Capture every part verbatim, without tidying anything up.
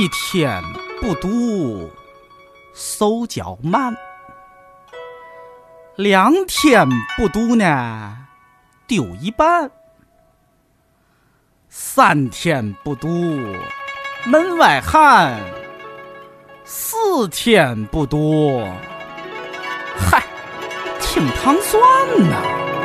一天不读手脚慢，两天不读呢丢一半，三天不读门外汉，四天不读，嗨，挺糖酸呐。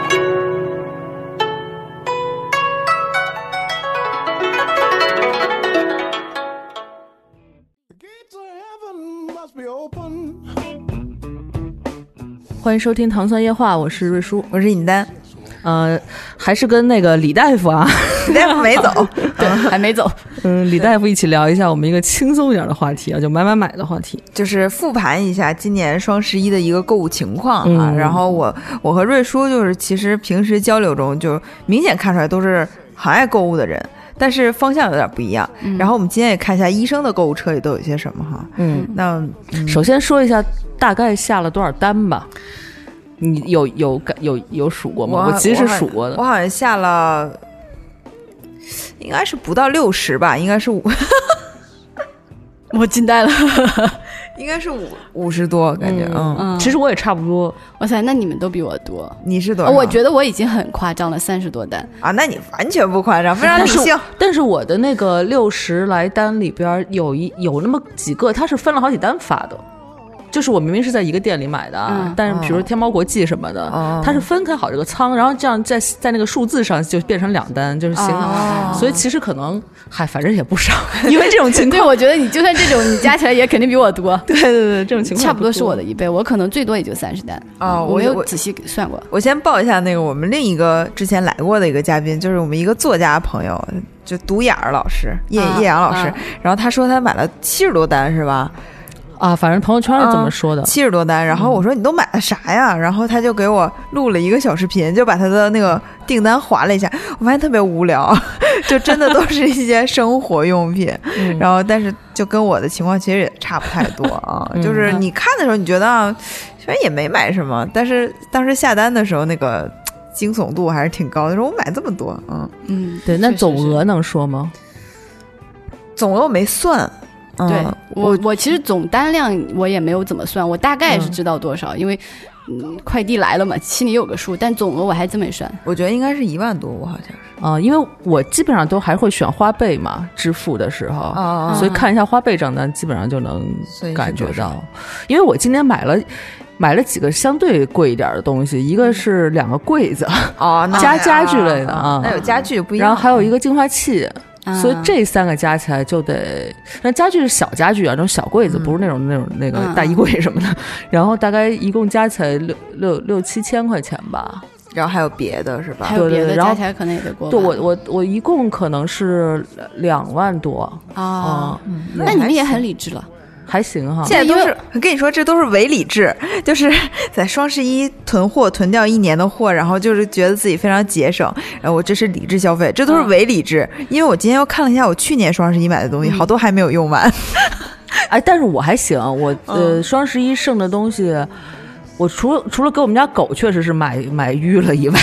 欢迎收听糖酸夜话，我是瑞叔， 我是尹丹。 呃，还是跟那个李大夫啊， 李大夫没走， 对，还没走。嗯，李大夫一起聊一下我们一个轻松一点的话题啊，就买买买的话题， 就是复盘一下今年双十一的一个购物情况啊。 嗯、 然后我我和瑞叔就是其实平时交流中就明显看出来都是很爱购物的人。但是方向有点不一样、嗯、然后我们今天也看一下医生的购物车里都有些什么哈。 嗯， 那、嗯、 首先说一下大概下了多少单吧。你有有有有数过吗？ 我, 我其实是数过的， 我好像下了应该是不到六十吧，应该是五我惊呆了应该是五五十多感觉。 嗯, 嗯，其实我也差不多。 哇塞，那你们都比我多。 你是多少？ 我觉得我已经很夸张了，三十多单啊。那你完全不夸张，非常理性。 但是, 但是我的那个六十来单里边有一有那么几个它是分了好几单发的，就是我明明是在一个店里买的、嗯、但是比如说天猫国际什么的、哦、它是分开好这个仓，然后这样在在那个数字上就变成两单，就是行、哦、所以其实可能还反正也不少因为这种情况对，我觉得你就算这种你加起来也肯定比我多对对对，这种情况差不多是我的一倍，我可能最多也就三十单啊、哦，我没有仔细算过。 我先报一下那个我们另一个之前来过的一个嘉宾，就是我们一个作家朋友，就独眼儿老师叶叶阳老师、啊、然后他说他买了七十多单是吧？ 啊，反正朋友圈是这么说的， 七十多单。然后我说你都买了啥呀、嗯？然后他就给我录了一个小视频，就把他的那个订单划了一下。我发现特别无聊，就真的都是一些生活用品。嗯、然后，但是就跟我的情况其实也差不太多啊。嗯、就是你看的时候，你觉得啊，虽然也没买什么，但是当时下单的时候那个惊悚度还是挺高的。说我买这么多，嗯嗯，对。那总额能说吗？ 总额我没算。 对、嗯、我我其实总单量我也没有怎么算，我大概是知道多少、嗯、因为、嗯、快递来了嘛，心里有个数，但总额我还真没算。 我觉得应该是一万多，我好像是啊、呃，因为我基本上都还会选花呗嘛，支付的时候、 哦、 所以看一下花呗账单基本上就能感觉到。因为我今天买了买了几个相对贵一点的东西，一个是两个柜子哦， 家家具类的啊， 那有家具不一样， 然后还有一个净化器。所以这三个加起来就得，那家具是小家具啊，那种小柜子，嗯、不是那种那种那个大衣柜什么的。嗯、然后大概一共加起来六六六七千块钱吧。 然后还有别的是吧？ 还有别的加起来可能也得过。 对，我我我一共可能是两万多啊、嗯。那你们也很理智了。 还行哈， 现在都是我跟你说，这都是伪理智，就是在双十一囤货囤掉一年的货，然后就是觉得自己非常节省，然后我这是理智消费，这都是伪理智。嗯、因为我今天又看了一下我去年双十一买的东西，嗯、好多还没有用完。 哎，但是我还行，我呃双十一剩的东西，我除了除了给我们家狗确实是买买淤了以外。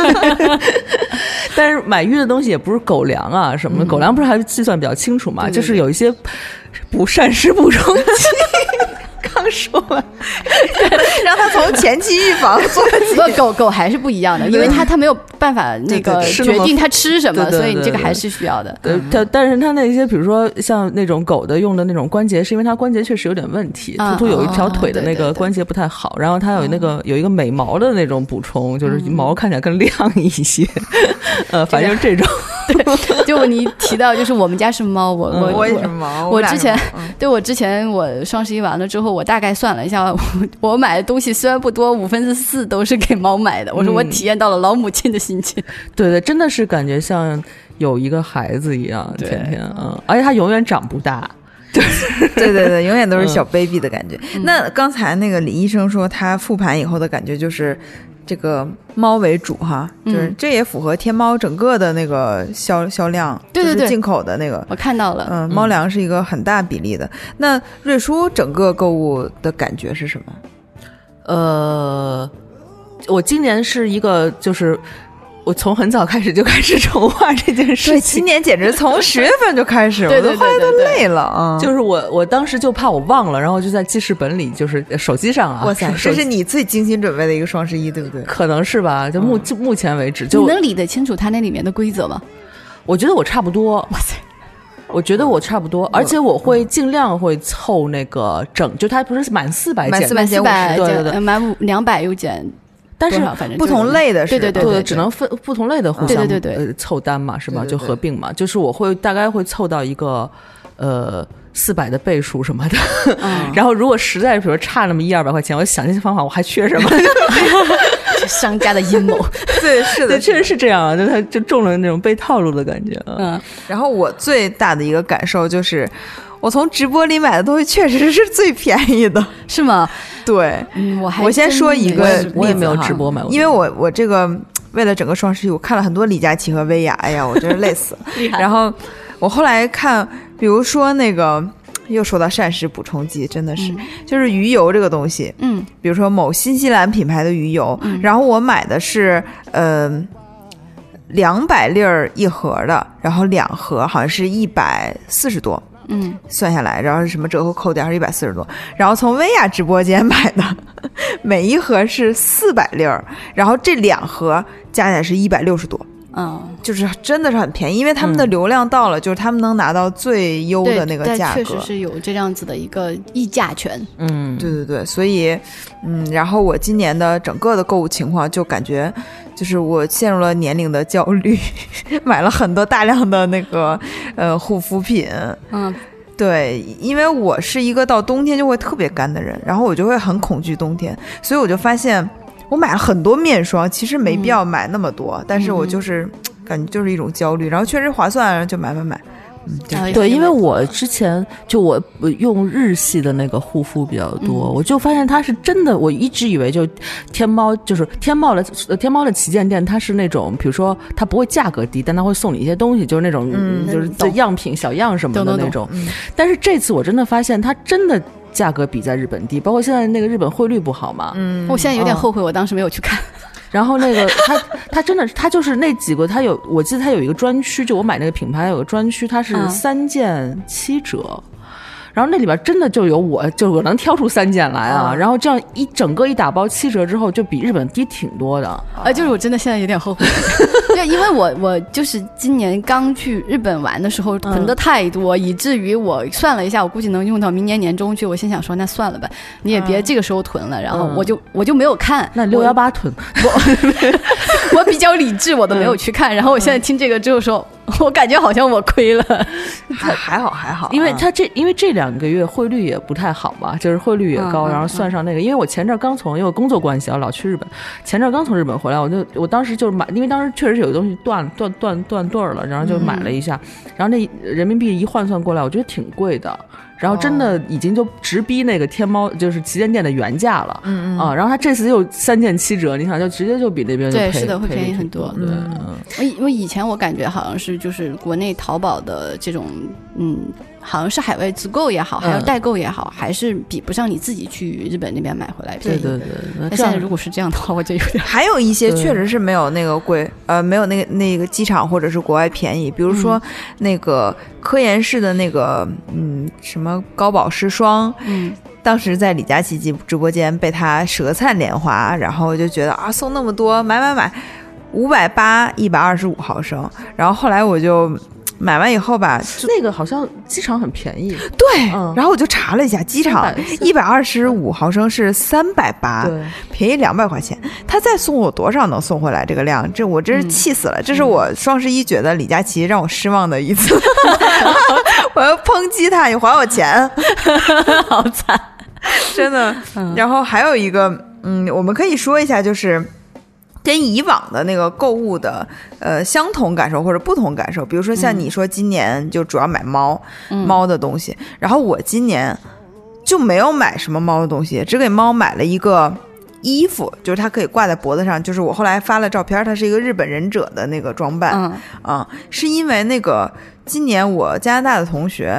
但是买淤的东西也不是狗粮啊什么的、嗯、狗粮不是还计算比较清楚嘛，对对对，就是有一些补膳食补充剂刚说完让他从前期预防做起。 狗狗还是不一样的，因为它它没有办法那个决定它吃什么， 对对对对， 所以你这个还是需要的。 对，它但是它那些比如说像那种狗的用的那种关节，是因为它关节确实有点问题， 啊、 图图有一条腿的那个关节不太好，啊、然后它有那个、啊、有一个美毛的那种补充，就是毛看起来更亮一些。嗯、呃，反正这种。 对，就你提到就是我们家是猫，我我我也是猫， 我之前、 嗯、 对我之前我双十一完了之后，我大概算了一下，我我买的东西虽然不多，五分之四都是给猫买的。我说我体验到了老母亲的心情。 嗯、对对，真的是感觉像有一个孩子一样，天天嗯，而且他永远长不大。 对对对，永远都是小 baby 的感觉。嗯、那刚才那个李医生说他复盘以后的感觉就是这个猫为主哈，就是这也符合天猫整个的那个销销量， 对对对， 就是进口的那个， 我看到了， 嗯，猫粮是一个很大比例的。嗯、那瑞叔整个购物的感觉是什么？ 呃，我今年是一个就是。 我从很早开始就开始筹划这件事情。 对，今年简直从十月份就开始， 对对对对对， 我都后来都累了啊。 就是我我当时就怕我忘了，然后就在记事本里，就是手机上啊。 哇塞，这是你最精心准备的一个双十一，对不对？ 可能是吧，就目、嗯、目前为止，就你能理得清楚它那里面的规则吗？ 我觉得我差不多。 哇塞。 我觉得我差不多，而且我会尽量会凑那个整，就它不是满四百减， 满四百减五十， 对对对， 满两百又减。 但是反正不同类的是， 对对 对, 对, 对， 只能分不同类的互相对对对对、 呃、凑单嘛，是吧？ 对对对就合并嘛，就是我会大概会凑到一个呃四百的倍数什么的，嗯、然后如果实在比如差那么一二百块钱，我想这些方法我还缺什么？ 商家的阴谋， 对，是的， 对，确实是这样啊，就他就中了那种被套路的感觉。 嗯，然后我最大的一个感受就是。我从直播里买的东西确实是最便宜的， 是吗？ 对， 嗯，我还我先说一个例子， 我也没有直播买过， 因为我我这个为了整个双十一，我看了很多李佳琦和薇娅，哎呀，我真是累死了。然后我后来看，比如说那个又说到膳食补充剂，真的是、嗯、就是鱼油这个东西， 嗯， 比如说某新西兰品牌的鱼油，嗯、然后我买的是呃两百粒儿一盒的，然后两盒好像是一百四十多。 嗯， 算下来，然后是什么折扣扣掉是一百四十多，然后从薇娅直播间买的，每一盒是四百粒儿，然后这两盒加起来是一百六十多， 嗯， 就是真的是很便宜，因为他们的流量到了，嗯、就是他们能拿到最优的那个价格， 确实是有这样子的一个议价权， 嗯， 对对对，所以嗯，然后我今年的整个的购物情况就感觉。就是我陷入了年龄的焦虑，买了很多大量的那个呃护肤品， 嗯， 对，因为我是一个到冬天就会特别干的人，然后我就会很恐惧冬天，所以我就发现我买了很多面霜，其实没必要买那么多，嗯、但是我就是、嗯、感觉就是一种焦虑，然后确实划算，就买买买。 对, 对，因为我之前就我用日系的那个护肤比较多、嗯，我就发现它是真的，我一直以为就天猫就是天猫的天猫的旗舰店，它是那种比如说它不会价格低，但它会送你一些东西，就是那种、嗯、就是样品小样什么的那种。嗯、但是这次我真的发现它真的价格比在日本低，包括现在那个日本汇率不好嘛， 嗯， 我现在有点后悔，我当时没有去看。 然后那个他他真的他就是那几个他有我记得他有一个专区，就我买那个品牌有个专区，它是三件七折、嗯、然后那里边真的就有我就我能挑出三件来啊、嗯、然后这样一整个一打包七折之后就比日本低挺多的啊，就是我真的现在有点后悔对，因为我我就是今年刚去日本玩的时候囤的太多、嗯、以至于我算了一下，我估计能用到明年年中去，我心想说那算了吧，你也别这个时候囤了、嗯、然后我就、嗯、我就没有看， 那六一八囤我, 我比较理智，我都没有去看、嗯、然后我现在听这个之后说我感觉好像我亏了还还好还好， 因为他这因为这两个月汇率也不太好嘛，就是汇率也高、嗯、然后算上那个、嗯、因为我前阵刚从因为工作关系啊老去日本，前阵刚从日本回来，我就我当时就是买，因为当时确实是有东西断断断断对了，然后就买了一下、嗯、然后那人民币一换算过来我觉得挺贵的，然后真的已经就直逼那个天猫就是旗舰店的原价了， 嗯嗯啊，然后他这次又三件七折，你想就直接就比那边就对是的会便宜很多， 对， 嗯， 我因为以前我感觉好像是就是国内淘宝的这种嗯。好像是海外自购也好，还有代购也好、嗯，还是比不上你自己去日本那边买回来便宜。 对对对。 那现在如果是这样的话，我就有点。 还有一些确实是没有那个贵，呃，没有那个那个机场或者是国外便宜。比如说、嗯、那个科颜氏的那个嗯什么高保湿霜， 嗯， 当时在李佳琦直播间被他舌灿莲花，然后就觉得啊送那么多买买买，五百八一百二十五毫升，然后后来我就。买完以后吧， 那个好像机场很便宜， 对、 嗯， 然后我就查了一下，机场一百二十五毫升是三百八，便宜两百块钱。他再送我多少能送回来这个量？这我真是气死了！嗯、这是我双十一觉得李佳琦让我失望的一次，我要抨击他，你还我钱， 好惨， 真的、嗯。然后还有一个，嗯，我们可以说一下，就是。跟以往的那个购物的呃相同感受或者不同感受，比如说像你说今年就主要买猫、嗯、猫的东西，然后我今年就没有买什么猫的东西，只给猫买了一个衣服，就是它可以挂在脖子上，就是我后来发了照片，它是一个日本忍者的那个装扮， 嗯啊，是因为那个今年我加拿大的同学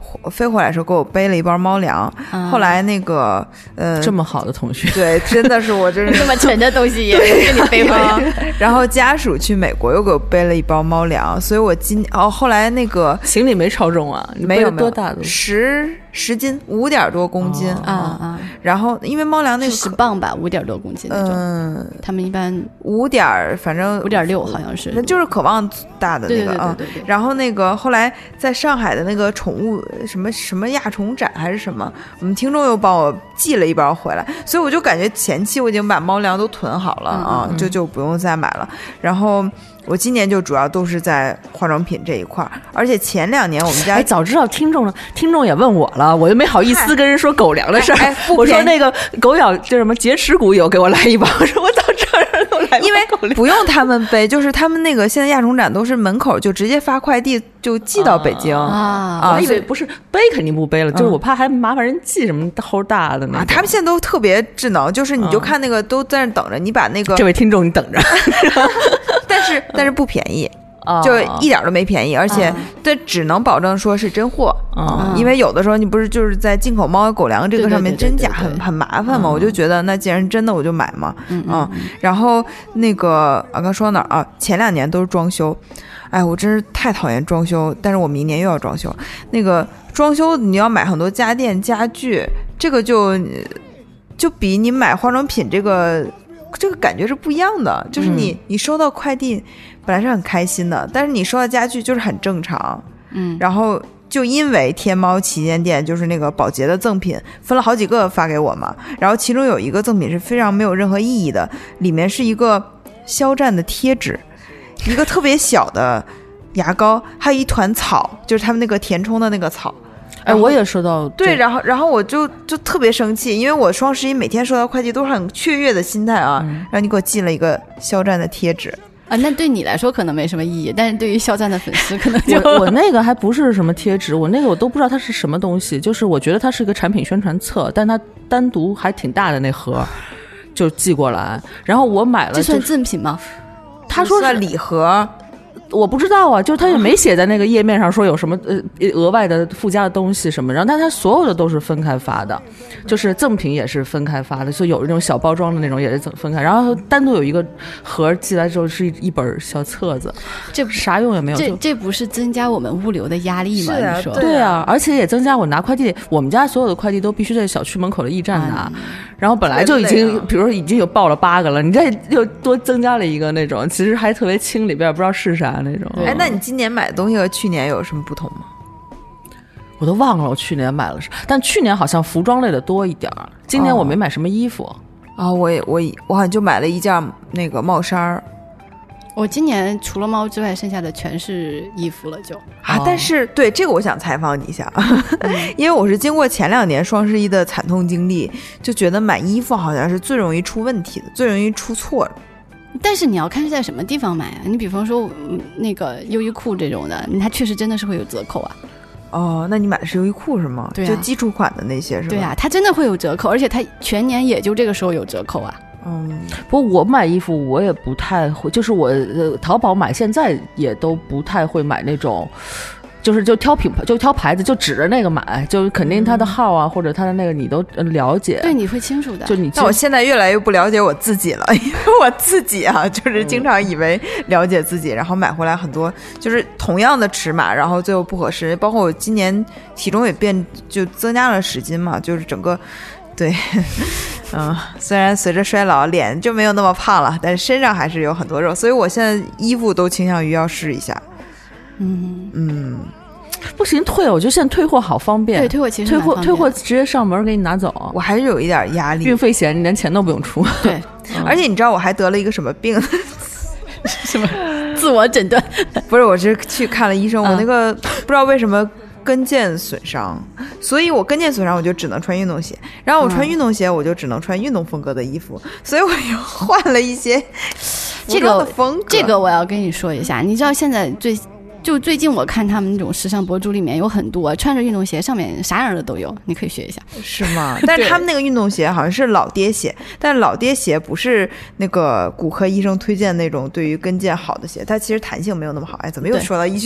飞回来的时候给我背了一包猫粮，啊、后来那个呃这么好的同学， 对，真的是我真是这么沉的东西也给你背回来。 然后家属去美国又给我背了一包猫粮，所以我今哦后来那个行李没超重啊？ 没有多大的？ 十十斤，五点多公斤啊啊！然后因为猫粮那个十磅吧，五点多公斤那种。嗯，他们一般五点，反正五点六好像是， 那就是渴望大的那个啊。然后那个后来在上海的那个宠物什么什么亚宠展还是什么，我们听众又帮我寄了一包回来，所以我就感觉前期我已经把猫粮都囤好了啊，嗯嗯就就不用再买了。然后我今年就主要都是在化妆品这一块，而且前两年我们家哎，早知道听众了，听众也问我了，我就没好意思跟人说狗粮的事儿。哎哎、我说那个狗咬就什么洁齿骨有给我来一包，我说我早知道让我来一包， 因为不用他们背，就是他们那个现在亚宠展都是门口就直接发快递就寄到北京啊啊！我以为不是背肯定不背了，嗯、就是我怕还麻烦人寄什么齁大的那啊。他们现在都特别智能，就是你就看那个都在那等着，你把那个这位听众你等着， 但是但是不便宜。就一点都没便宜，而且这只能保证说是真货啊、嗯，因为有的时候你不是就是在进口猫狗粮这个上面真假很很麻烦嘛，我就觉得那既然真的我就买嘛，嗯，嗯然后那个啊刚说到哪儿啊？前两年都是装修，哎，我真是太讨厌装修，但是我明年又要装修。那个装修你要买很多家电家具，这个就就比你买化妆品这个。这个感觉是不一样的，就是你、嗯、你收到快递本来是很开心的，但是你收到家具就是很正常，嗯，然后就因为天猫旗舰店就是那个宝洁的赠品分了好几个发给我嘛，然后其中有一个赠品是非常没有任何意义的，里面是一个肖战的贴纸，一个特别小的牙膏，还有一团草，就是他们那个填充的那个草。 哎，我也收到对，然后然后我就就特别生气，因为我双十一每天收到快递都是很雀跃的心态啊，嗯、然后你给我寄了一个肖战的贴纸啊，那对你来说可能没什么意义，但是对于肖战的粉丝可能就我我那个还不是什么贴纸，我那个我都不知道它是什么东西，就是我觉得它是一个产品宣传册，但它单独还挺大的那盒就寄过来，然后我买了、就是， 这算赠品吗？ 他说是礼盒。 我不知道啊，就是他也没写在那个页面上说有什么呃额外的附加的东西什么，然后但他所有的都是分开发的，就是赠品也是分开发的，所以有那种小包装的那种也是分开，然后单独有一个盒寄来之后是一本小册子， 这啥用也没有。 这这不是增加我们物流的压力吗？ 啊、 你说对啊，而且也增加我拿快递，我们家所有的快递都必须在小区门口的驿站拿，嗯、然后本来就已经、啊、比如说已经有报了八个了，你这又多增加了一个那种，其实还特别轻，里边不知道是啥。那种哎，那你今年买的东西和去年有什么不同吗？ 我都忘了我去年买了啥，但去年好像服装类的多一点，今年我没买什么衣服啊、哦。我也我我好像就买了一件那个帽衫。 我今年除了猫之外，剩下的全是衣服了就啊。但是对这个我想采访你一下，嗯、因为我是经过前两年双十一的惨痛经历，就觉得买衣服好像是最容易出问题的，最容易出错的。 但是你要看是在什么地方买啊？你比方说那个优衣库这种的，它确实真的是会有折扣啊。 哦，那你买的是优衣库是吗？ 对、啊， 就基础款的那些是吧？ 对啊，它真的会有折扣，而且它全年也就这个时候有折扣啊。 嗯， 不过我买衣服我也不太会，就是我呃淘宝买现在也都不太会买那种。就是就挑品牌，就挑牌子，就指着那个买，就肯定他的号啊、嗯、或者他的那个你都了解， 对，你会清楚的。 就你， 那我现在越来越不了解我自己了，因为我自己啊，就是经常以为了解自己，然后买回来很多就是同样的尺码，然后最后不合适。包括我今年体重也变，就增加了十斤嘛，就是整个。对，嗯，虽然随着衰老脸就没有那么胖了，但是身上还是有很多肉，所以我现在衣服都倾向于要试一下。 嗯嗯， 不行退，我觉得现在退货好方便。 对，退货其实退货退货直接上门给你拿走。 我还是有一点压力， 运费险你连钱都不用出。 对， 嗯、而且你知道我还得了一个什么病？ 什么？自我诊断？ 不是，我是去看了医生，我那个、嗯、不知道为什么跟腱损伤，所以我跟腱损伤我就只能穿运动鞋，然后我穿运动鞋我就只能穿运动风格的衣服，嗯、所以我又换了一些服装的风格。 这个、这个我要跟你说一下，你知道现在最。就最近我看他们那种时尚博主里面有很多穿着运动鞋，上面啥样的都有，你可以学一下。 是吗？但是他们那个运动鞋好像是老爹鞋，但是老爹鞋不是那个骨科医生推荐那种对于跟腱好的鞋，它其实弹性没有那么好。哎，怎么又说到一句话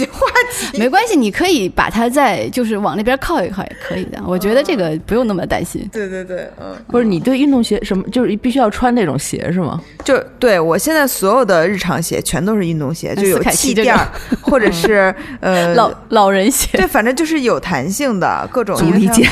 没关系，你可以把它再就是往那边靠一靠也可以的。我觉得这个不用那么担心。 对对对，嗯， 不是你对运动鞋什么，就是必须要穿那种鞋是吗？ 就对我现在所有的日常鞋全都是运动鞋，就有气垫儿，或者是呃老老人鞋， 对，反正就是有弹性的各种足力健。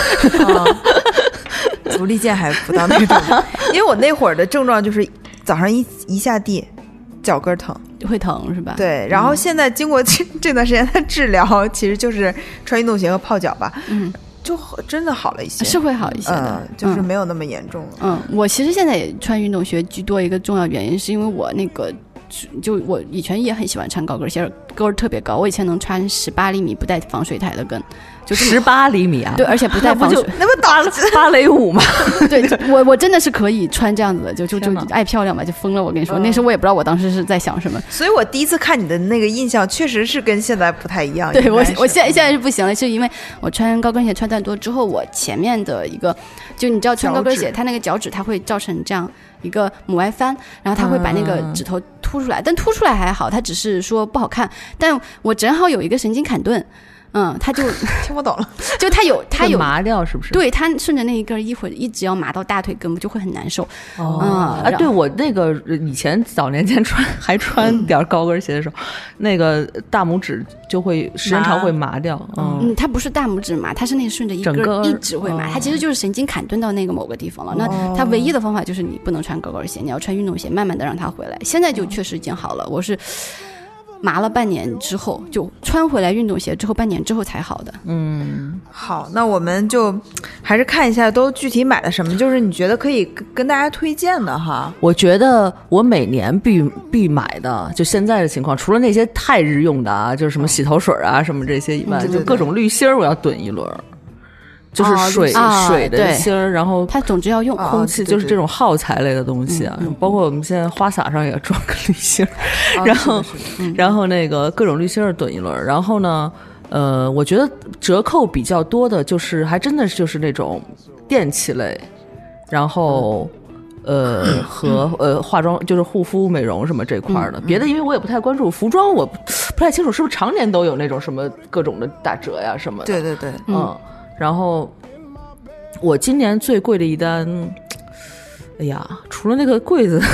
足力健还不到那个程度，因为我那会儿的症状就是早上一一下地脚跟疼， 会疼是吧？ 对，然后现在经过这这段时间的治疗，其实就是穿运动鞋和泡脚吧，嗯，就真的好了一些， 是会好一些的， 嗯，就是没有那么严重了。 嗯，我其实现在也穿运动鞋居多，一个重要原因是因为我那个。就我以前也很喜欢穿高跟鞋，跟儿特别高，我以前能穿十八厘米不带防水台的跟，就十八厘米啊？ 对，而且不带防水， 那不打了芭蕾舞吗？ 对，我我真的是可以穿这样子的，就就就爱漂亮嘛，就疯了。我跟你说，嗯、那时候我也不知道我当时是在想什么， 所以我第一次看你的那个印象确实是跟现在不太一样。 对我，我现在现在是不行了，是因为我穿高跟鞋穿太多之后，我前面的一个，就你知道穿高跟鞋，它那个脚趾它会造成这样。一个母外翻，然后它会把那个指头凸出来，嗯、但凸出来还好，它只是说不好看。但我正好有一个神经坎顿，嗯，它就听不懂了， 就它有它有麻掉是不是？ 对，它顺着那一根衣服一直要麻到大腿根部，就会很难受。 哦、嗯、啊，对我那个以前早年间穿还穿点高跟鞋的时候，嗯、那个大拇指就会时间长会麻掉。嗯， 嗯它不是大拇指麻，它是那个顺着一根一直会麻，哦、它其实就是神经坎顿到那个某个地方了。那它唯一的方法就是你不能穿高跟鞋，你要穿运动鞋，慢慢的让它回来。现在就确实已经好了，我是。麻了半年之后，就穿回来运动鞋之后，半年之后才好的。 嗯，好，那我们就还是看一下都具体买了什么，就是你觉得可以跟大家推荐的哈。 我觉得我每年必必买的，就现在的情况，除了那些太日用的啊，就是什么洗头水啊什么这些以外，嗯、就各种滤芯儿我要囤一轮。就是水、哦、水的芯儿、啊，然后它总之要用空气，就是这种耗材类的东西啊，嗯、包括我们现在花洒上也装个滤芯儿，嗯、然后、嗯、然后那个各种滤芯儿囤一轮，然后呢，呃，我觉得折扣比较多的就是还真的是就是那种电器类，然后。呃，和呃化妆就是护肤美容什么这块的，嗯、别的因为我也不太关注，服装我不不太清楚是不是常年都有那种什么各种的打折呀什么的。 对对对， 嗯。嗯然后我今年最贵的一单，哎呀，除了那个柜子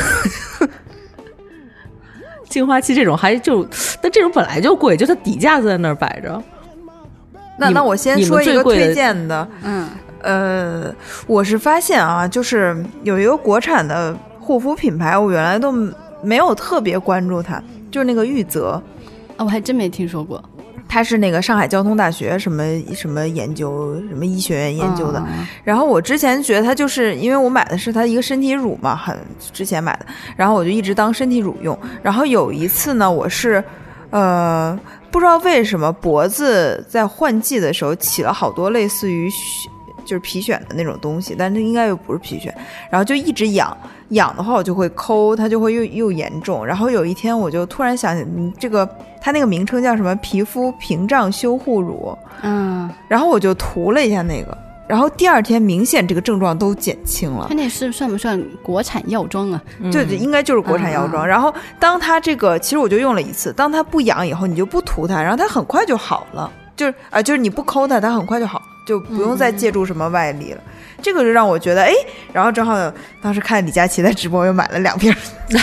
净化器这种还就，但这种本来就贵，就它底架子在那儿摆着。 那那我先说一个推荐的，嗯呃，我是发现啊，就是有一个国产的护肤品牌，我原来都没有特别关注它，就是那个玉泽啊，我还真没听说过。 他是那个上海交通大学什么什么研究什么医学院研究的，嗯、然后我之前觉得他就是因为我买的是他一个身体乳嘛，很之前买的，然后我就一直当身体乳用。然后有一次呢，我是呃不知道为什么脖子在换季的时候起了好多类似于就是皮癣的那种东西，但是应该又不是皮癣，然后就一直痒。痒的话我就会抠，它就会又又严重。然后有一天我就突然想起，嗯，这个它那个名称叫什么？皮肤屏障修护乳。嗯，然后我就涂了一下那个，然后第二天明显这个症状都减轻了。 它那是算不算国产药妆啊？ 对对，应该就是国产药妆。嗯、然后当它这个，其实我就用了一次，当它不痒以后，你就不涂它，然后它很快就好了。就是啊、呃，就是你不抠它，它很快就好，就不用再借助什么外力了。嗯这个就让我觉得哎，然后正好当时看李佳琦在直播，又买了两瓶。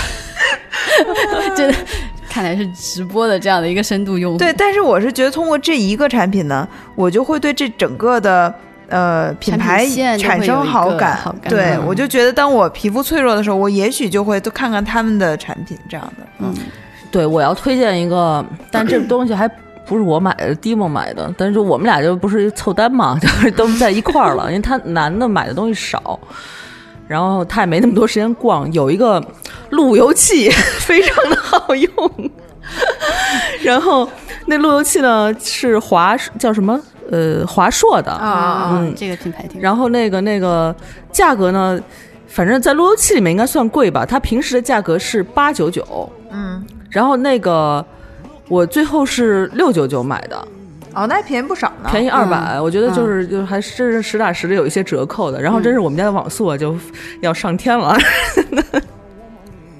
真的，看来是直播的这样的一个深度用户。 对，但是我是觉得通过这一个产品呢，我就会对这整个的呃品牌产生好感。 好感对、 嗯， 我就觉得当我皮肤脆弱的时候，我也许就会多看看他们的产品这样的。嗯， 对，我要推荐一个，但这个东西还。不是我买的，蒂梦买的，但是我们俩就不是凑单嘛，就是都在一块儿了，因为他男的买的东西少，然后他也没那么多时间逛。有一个路由器非常的好用，然后那路由器呢是华叫什么呃华硕的啊、嗯，这个品牌挺。 然后那个那个价格呢，反正在路由器里面应该算贵吧，它平时的价格是八九九，嗯，然后那个。我最后是六九九买的， 哦，那还便宜不少呢， 便宜二百、嗯，我觉得就是、嗯、就是还是实打实的有一些折扣的。然后真是我们家的网速啊就要上天了，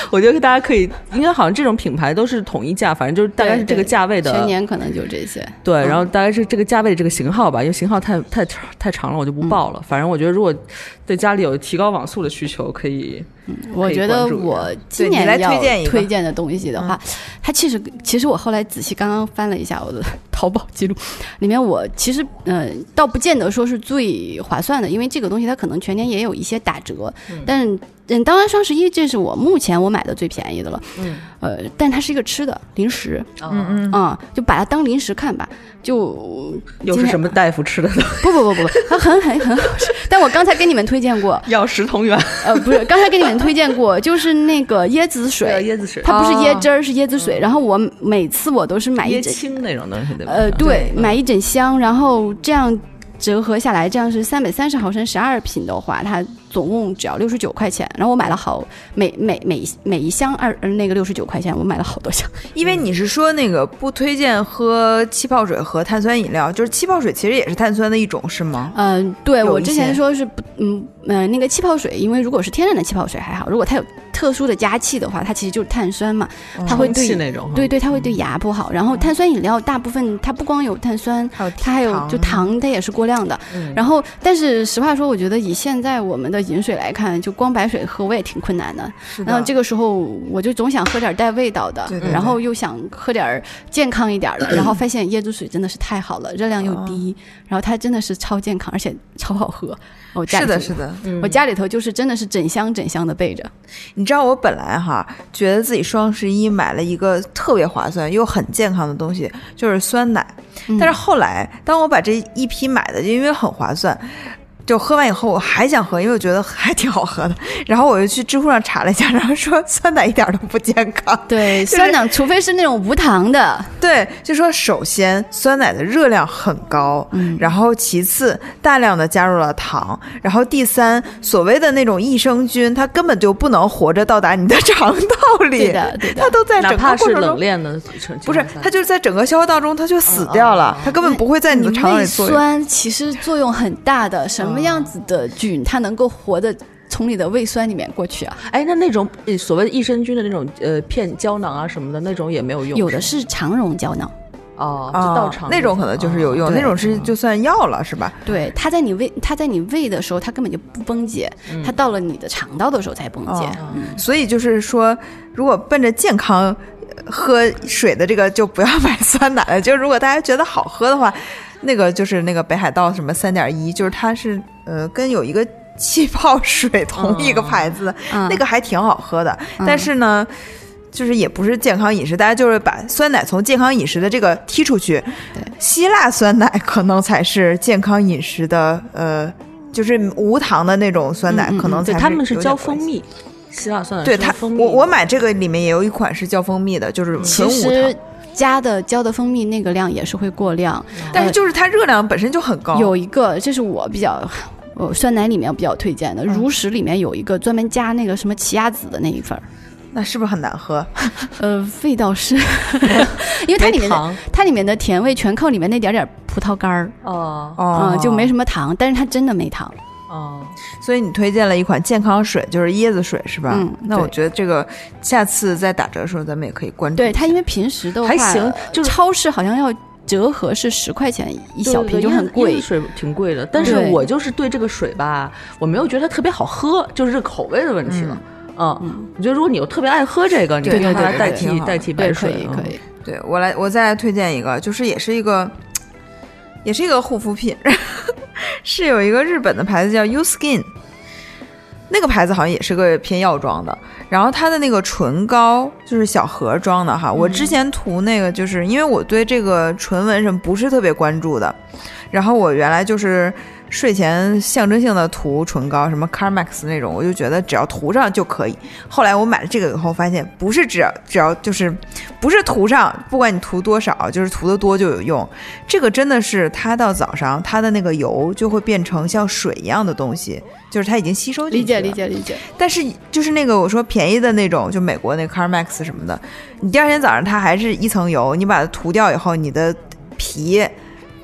我觉得大家可以，应该好像这种品牌都是统一价，反正就是大概是这个价位的， 全年可能就这些。 对，然后大概是这个价位的这个型号吧，因为型号太太太长了，我就不报了。嗯、反正我觉得如果对家里有提高网速的需求，可以。 嗯、我觉得我今年要推荐推荐的东西的话，它其实其实我后来仔细刚刚翻了一下我的淘宝记录，里面我其实呃倒不见得说是最划算的，因为这个东西它可能全年也有一些打折，嗯、但是。嗯，当然双十一这是我目前我买的最便宜的了，嗯，呃，但它是一个吃的零食， 嗯嗯啊、嗯，就把它当零食看吧，就又是什么大夫吃的？ 不不不不不，它很很很好吃。但我刚才给你们推荐过， 药食同源。 呃，不是，刚才给你们推荐过，就是那个椰子水， 椰子水， 它不是椰汁儿，是椰子水。然后我每次我都是买一整椰青那种东西，对吧？ 呃，对，买一整箱，然后这样折合下来，这样是三百三十毫升十二瓶的话，它总共只要六十九块钱。然后我买了好每每每每一箱二那个六十九块钱，我买了好多箱。 因为你是说那个不推荐喝气泡水和碳酸饮料，就是气泡水其实也是碳酸的一种，是吗？ 嗯、呃，对，我之前说是不，嗯呃，那个气泡水，因为如果是天然的气泡水还好，如果它有特殊的加气的话，它其实就是碳酸嘛，它会对、 嗯、那种， 对对，它会对牙不好。然后碳酸饮料大部分它不光有碳酸， 还有它还有就糖，它也是过量的。嗯、然后，但是实话说，我觉得以现在我们的饮水来看，就光白水喝我也挺困难的。然后这个时候我就总想喝点带味道的， 对对对， 然后又想喝点健康一点的，然后发现椰子水真的是太好了，热量又低，然后它真的是超健康，而且超好喝。我家里头是的，是的， 嗯、我家里头就是真的是整箱整箱的备着。 你知道我本来哈觉得自己双十一买了一个特别划算又很健康的东西，就是酸奶。嗯、但是后来当我把这一批买的，因为很划算。就喝完以后我还想喝，因为我觉得还挺好喝的，然后我就去知乎上查了一下，然后说酸奶一点都不健康。 对、就是、酸奶除非是那种无糖的。 对，就说首先酸奶的热量很高、嗯、然后其次大量的加入了糖，然后第三所谓的那种益生菌它根本就不能活着到达你的肠道里。 对的对的， 它都在整个过程中， 哪怕是冷链的， 不是，它就是在整个消化道中它就死掉了、嗯、它根本不会在你的肠道里作用。 胃酸其实作用很大的，什么什么样子的菌它能够活的从你的胃酸里面过去啊？ 哎，那那种所谓的益生菌的那种呃片胶囊啊什么的那种也没有用？ 有的是肠溶胶囊。 哦，就到肠、 哦、那种可能就是有用、哦、那种是就算药了是吧？ 对，它在你胃它在你胃的时候它根本就不崩解、嗯、它到了你的肠道的时候才崩解、 哦嗯、所以就是说如果奔着健康喝水的这个就不要买酸奶了，就如果大家觉得好喝的话，那个就是那个北海道什么 三点一， 就是它是呃跟有一个气泡水同一个牌子、嗯、那个还挺好喝的、嗯、但是呢就是也不是健康饮食，大家就是把酸奶从健康饮食的这个踢出去，希腊酸奶可能才是健康饮食的呃就是无糖的那种酸奶、嗯、可能才是， 对，他们是浇蜂蜜，希腊酸奶对它，我我买这个里面也有一款是浇蜂蜜的，就是纯无糖。 加的浇的蜂蜜那个量也是会过量， 但是就是它热量本身就很高。 呃、有一个，这是我比较，我酸奶里面比较推荐的，嗯、如实里面有一个专门加那个什么奇亚籽的那一份， 那是不是很难喝？ 呃，味道是，因为它里面的它里面的甜味全靠里面那点点葡萄干儿哦， 嗯、呃，就没什么糖，但是它真的没糖。 哦， 所以你推荐了一款健康水，就是椰子水是吧？ 嗯， 那我觉得这个下次在打折的时候咱们也可以关注。 对，它因为平时的话还行，就是超市好像要折合是十块钱一小瓶，就很贵。 椰子水挺贵的，但是我就是对这个水吧，我没有觉得它特别好喝，就是这口味的问题了。嗯，嗯我觉得如果你有特别爱喝这个，你可以拿它代替代替白水， 可以可以。 对我来，我再来推荐一个，就是也是一个，也是一个护肤品。是有一个日本的牌子叫 U-Skin， 那个牌子好像也是个偏药妆的，然后它的那个唇膏就是小盒装的哈、嗯、我之前涂那个就是因为我对这个唇纹什么不是特别关注的，然后我原来就是睡前象征性的涂唇膏，什么 Carmex 那种，我就觉得只要涂上就可以。后来我买了这个以后发现不是只要只要就是不是涂上，不管你涂多少，就是涂得多就有用。这个真的是它到早上它的那个油就会变成像水一样的东西，就是它已经吸收进去了。 理解理解理解。 但是就是那个我说便宜的那种，就美国那 Carmex 什么的，你第二天早上它还是一层油，你把它涂掉以后，你的皮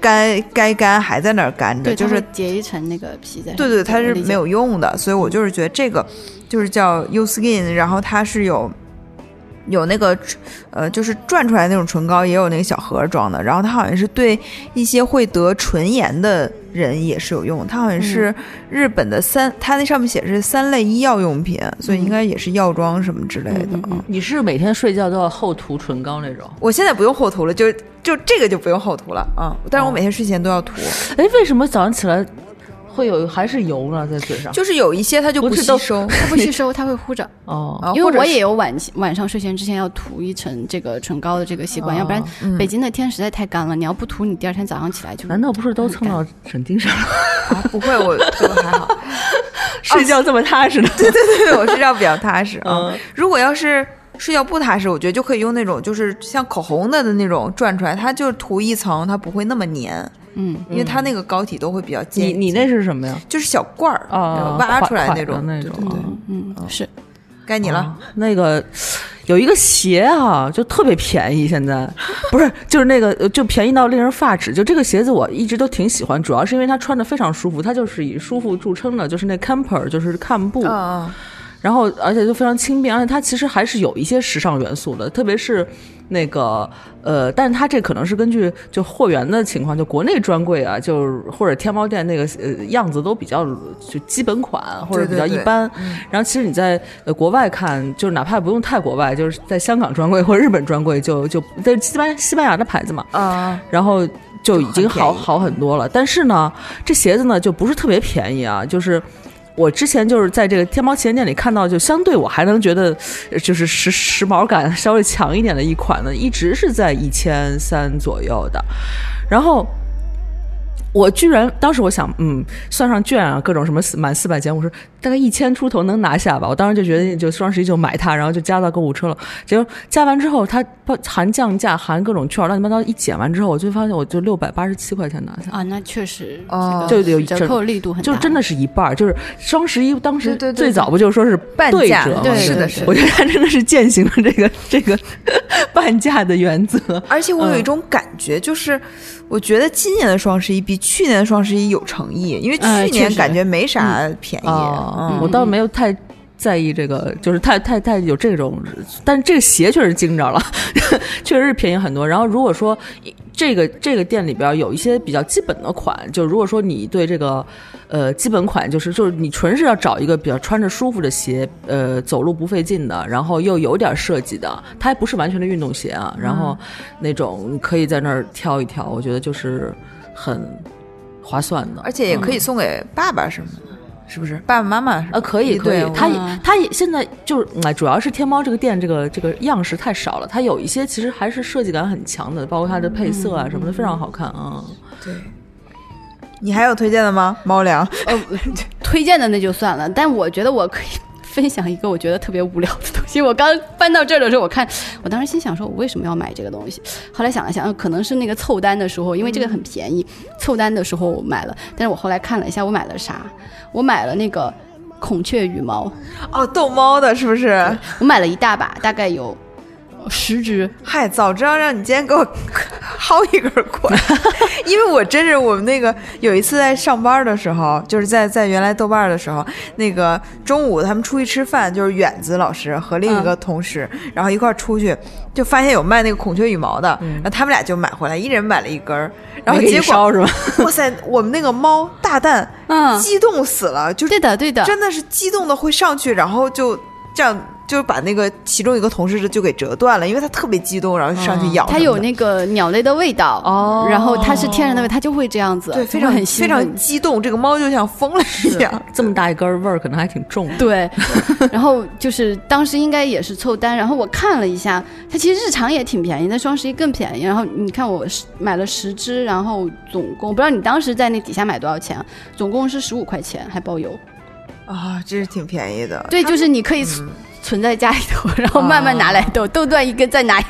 该该干还在那儿干着， 对， 就是结一层那个皮在上面。 对对，它是没有用的，所以我就是觉得这个就是叫 U Skin， 然后它是有有那个呃，就是转出来那种唇膏，也有那个小盒装的，然后它好像是对一些会得唇炎的人也是有用，它好像是日本的三，嗯、它那上面写的是三类医药用品，所以应该也是药妆什么之类的。嗯嗯、 你是每天睡觉都要厚涂唇膏那种？ 我现在不用厚涂了，就就这个就不用厚涂了啊、嗯，但是我每天睡前都要涂。 哎、哦，为什么早上起来会有还是油呢在嘴上？ 就是有一些它就不吸收， 它不吸收，它会糊着。 哦， 因为我也有晚晚上睡前之前要涂一层这个唇膏的这个习惯，哦、要不然北京的天实在太干了，嗯、你要不涂，你第二天早上起来就难道不是都蹭到枕钉上了？ 啊，不会，我就还好， 睡觉这么踏实的。 对对对，我睡觉比较踏实啊。嗯、如果要是睡觉不踏实，我觉得就可以用那种就是像口红的的那种转出来，它就涂一层，它不会那么黏。 嗯， 因为它那个膏体都会比较尖。 你你那是什么呀？ 就是小罐儿、哦、挖出来那种那种。 对对对， 嗯，嗯是。 该你了、 哦。那个有一个鞋啊，就特别便宜，现在不是就是那个就便宜到令人发指。就这个鞋子我一直都挺喜欢，主要是因为它穿的非常舒服，它就是以舒服著称的，就是那 camper 就是看步。 嗯嗯。 然后而且就非常轻便，而且它其实还是有一些时尚元素的，特别是那个呃，但是它这可能是根据就货源的情况，就国内专柜啊，就或者天猫店那个呃样子都比较就基本款或者比较一般。 对对对， 然后其实你在呃国外看，就是哪怕不用太国外，就是在香港专柜或者日本专柜就，就就在西班西班牙的牌子嘛啊，然后就已经好好很多了。但是呢，这鞋子呢就不是特别便宜啊，就是。我之前就是在这个天猫旗舰店里看到，就相对我还能觉得就是时时髦感稍微强一点的一款呢，一直是在一千三左右的。然后我居然当时我想，嗯，算上券啊，各种什么满四百减五十，大概一千出头能拿下吧。我当时就觉得，就双十一就买它，然后就加到购物车了。结果加完之后，它含降价、含各种券，乱七八糟一减完之后，我就发现我就六百八十七块钱拿下啊，那确实哦， 就有折扣力度很大， 就真的是一半。就是双十一当时对对对最早不就是说是半价对折吗？ 对，是的，是的。 我觉得它真的是践行了这个这个半价的原则。 而且我有一种感觉，嗯、就是我觉得今年的双十一比去年的双十一有诚意，因为去年感觉没啥便宜。 呃哦嗯、我倒没有太在意这个，就是太太太有这种，但是这个鞋确实惊着了，确实是便宜很多。然后如果说这个这个店里边有一些比较基本的款，就如果说你对这个呃基本款，就是就是你纯是要找一个比较穿着舒服的鞋，呃走路不费劲的，然后又有点设计的，它还不是完全的运动鞋啊，然后那种可以在那儿挑一挑，我觉得就是很划算的， 而且也可以送给爸爸什么的。嗯，是不是爸爸妈妈？ 呃，可以可以，他他现在就是，主要是天猫这个店这个这个样式太少了，它有一些其实还是设计感很强的，包括它的配色啊什么的，非常好看啊。 对，你还有推荐的吗？猫粮？ 呃，推荐的那就算了，但我觉得我可以分享一个我觉得特别无聊的东西。我刚搬到这儿的时候，我看我当时心想说我为什么要买这个东西，后来想了想可能是那个凑单的时候，因为这个很便宜，嗯、凑单的时候我买了，但是我后来看了一下我买了啥，我买了那个孔雀羽毛。 哦，逗猫的是不是？ 我买了一大把，大概有十只。 嗨，早知道让你今天给我薅一根过来。因为我真是我们那个有一次在上班的时候，就是在在原来豆瓣的时候，那个中午他们出去吃饭，就是远子老师和另一个同事、嗯、然后一块出去，就发现有卖那个孔雀羽毛的、嗯、然后他们俩就买回来，一人买了一根，然后结果是吧？ 哇塞，我们那个猫大蛋嗯激动死了，就对的对的， 真的是激动的会上去，然后就这样就把那个其中一个同事就给折断了，因为他特别激动，然后上去咬、嗯。 它有那个鸟类的味道哦，然后它是天然的味，它就会这样子， 对，非常很非常激动。这个猫就像疯了一样， 这么大一根味儿可能还挺重的。 对，然后就是当时应该也是凑单，然后我看了一下，它其实日常也挺便宜，但双十一更便宜。然后你看我买了十只，然后总共不知道你当时在那底下买多少钱，总共是十五块钱，还包邮。 啊，这是挺便宜的。 对，就是你可以、嗯。存在家里头，然后慢慢拿来逗，逗断一根再拿一根。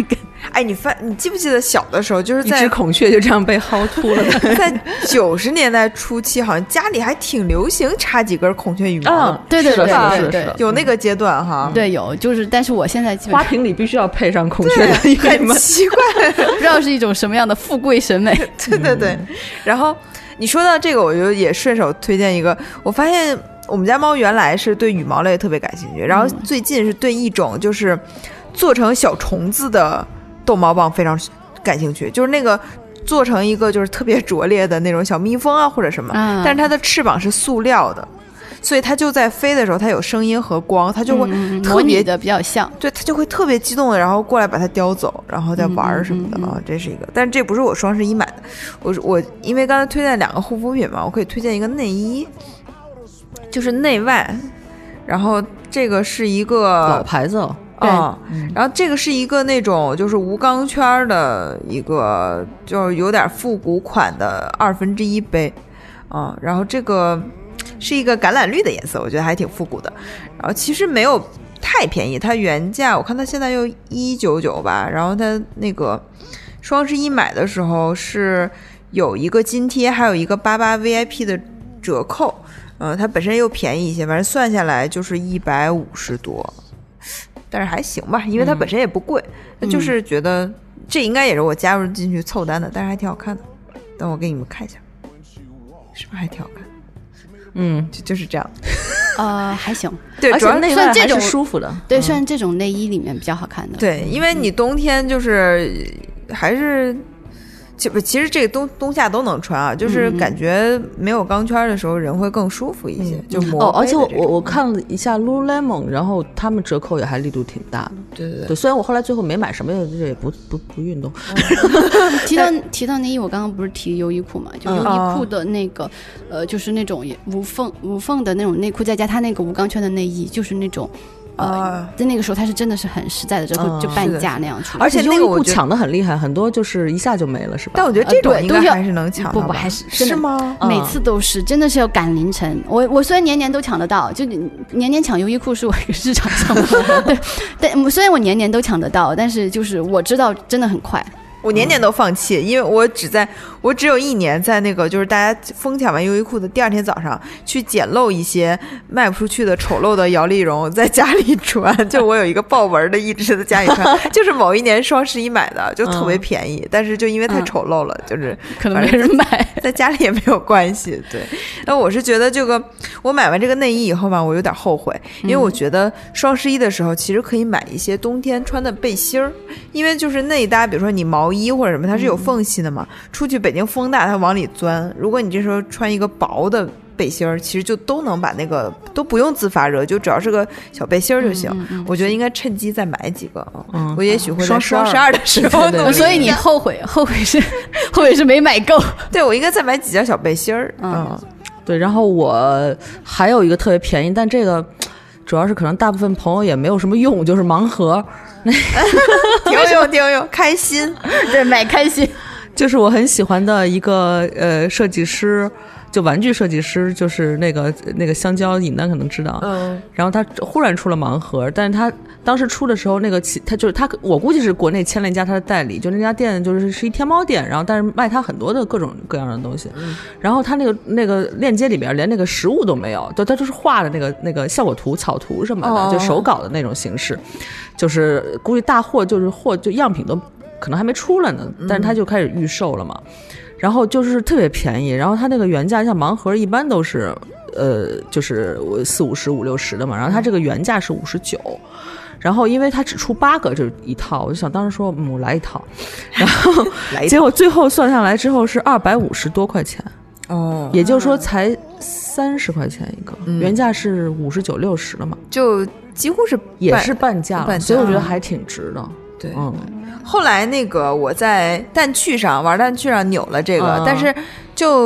哎，你发你记不记得小的时候，就是在一只孔雀就这样被薅秃了在九十年代初期，好像家里还挺流行插几根孔雀羽毛的。 嗯， 对对对对对对， 有那个阶段哈。 对，有就是，但是我现在基本花瓶里必须要配上孔雀的羽毛， 很奇怪， 不知道是一种什么样的富贵审美。 对对对，然后你说到这个，我就也顺手推荐一个，我发现我们家猫原来是对羽毛类特别感兴趣，然后最近是对一种就是做成小虫子的逗猫棒非常感兴趣，就是那个做成一个就是特别拙劣的那种小蜜蜂啊或者什么，嗯、但是它的翅膀是塑料的，所以它就在飞的时候它有声音和光，它就会特别、 嗯、的比较像， 对，它就会特别激动的然后过来把它叼走，然后再玩什么的、嗯嗯嗯、啊，这是一个，但是这不是我双十一买的，我我因为刚才推荐两个护肤品嘛，我可以推荐一个内衣，就是内外，然后这个是一个老牌子哦。 啊、嗯，然后这个是一个那种就是无钢圈的一个，就是有点复古款的二分之一杯，啊，然后这个是一个橄榄绿的颜色，我觉得还挺复古的。然后其实没有太便宜，它原价我看它现在又一九九吧，然后它那个双十一买的时候是有一个津贴，还有一个八八 V I P 的折扣，嗯、呃，它本身又便宜一些，反正算下来就是一百五十多。但是还行吧，因为它本身也不贵，嗯、就是觉得这应该也是我加入进去凑单的，但是还挺好看的。等我给你们看一下，是不是还挺好看？嗯，就就是这样。 呃，还行， 对， 而且内外还是舒服的。 对， 嗯、 算这种内衣里面比较好看的。 对，因为你冬天就是还是。其实这个冬冬夏都能穿啊，就是感觉没有钢圈的时候人会更舒服一些，嗯、就磨。 哦，而且我我我看了一下 Lululemon， 然后他们折扣也还力度挺大的。 对对 对, 对，虽然我后来最后没买什么，这也不不不运动。 嗯、提到提到内衣，我刚刚不是提优衣库嘛？就优衣库的那个、嗯、呃，就是那种无缝无缝的那种内裤，再加它那个无钢圈的内衣，就是那种。呃，在那个时候它是真的是很实在的折扣、嗯、就半价那样出， 而且优衣库抢的很厉害，很多就是一下就没了，是吧？ 但我觉得这种应该还是能抢到、 呃、不不还是是吗？ 每次都是真的是要赶凌晨。我我虽然年年都抢得到，就年年抢优衣库是我一个日常项目，对，但虽然我年年都抢得到，但是就是我知道真的很快。 我年年都放弃，因为我只在我只有一年在那个就是大家疯抢完优衣库的第二天早上去捡漏一些卖不出去的丑陋的摇粒绒在家里穿，就我有一个豹纹的一直在家里穿，就是某一年双十一买的，就特别便宜，嗯、但是就因为太丑陋了，嗯、就是可能没人买， 在家里也没有关系。对，那我是觉得这个我买完这个内衣以后吧，我有点后悔，因为我觉得双十一的时候其实可以买一些冬天穿的背心儿，因为就是内搭，比如说你毛衣或者什么它是有缝隙的嘛、嗯、出去北京风大它往里钻，如果你这时候穿一个薄的背心儿，其实就都能把那个都不用自发热，就只要是个小背心儿就行、嗯嗯、我觉得应该趁机再买几个、嗯、我也许会在双十二的时候努力， 所以你后悔后悔是后悔是没买够。 对，我应该再买几件小背心儿。嗯, 嗯对，然后我还有一个特别便宜，但这个主要是可能大部分朋友也没有什么用，就是盲盒。 挺有用，挺有用，开心。 对，买开心。 就是我很喜欢的一个呃设计师，就玩具设计师，就是那个那个香蕉尹丹可能知道。嗯。然后他忽然出了盲盒，但是他当时出的时候，那个他就是他，我估计是国内签了一家他的代理，就那家店就是是一天猫店，然后但是卖他很多的各种各样的东西。嗯。然后他那个那个链接里边连那个实物都没有，就他就是画的那个那个效果图、草图什么的，哦、就手稿的那种形式。就是估计大货就是货就样品都可能还没出来呢，但是他就开始预售了嘛、嗯、然后就是特别便宜，然后他那个原价像盲盒一般都是呃就是四五十五六十的嘛，然后他这个原价是五十九，然后因为他只出八个这一套，我就想当时说嗯我来一套，然后结果最后算下来之后是二百五十多块钱哦，也就是说才三十块钱一个、嗯、原价是五十九六十了嘛， 就几乎是也是半价了，半价，所以我觉得还挺值的。 对，嗯，后来那个我在蛋趣上玩蛋趣上扭了这个、嗯、但是就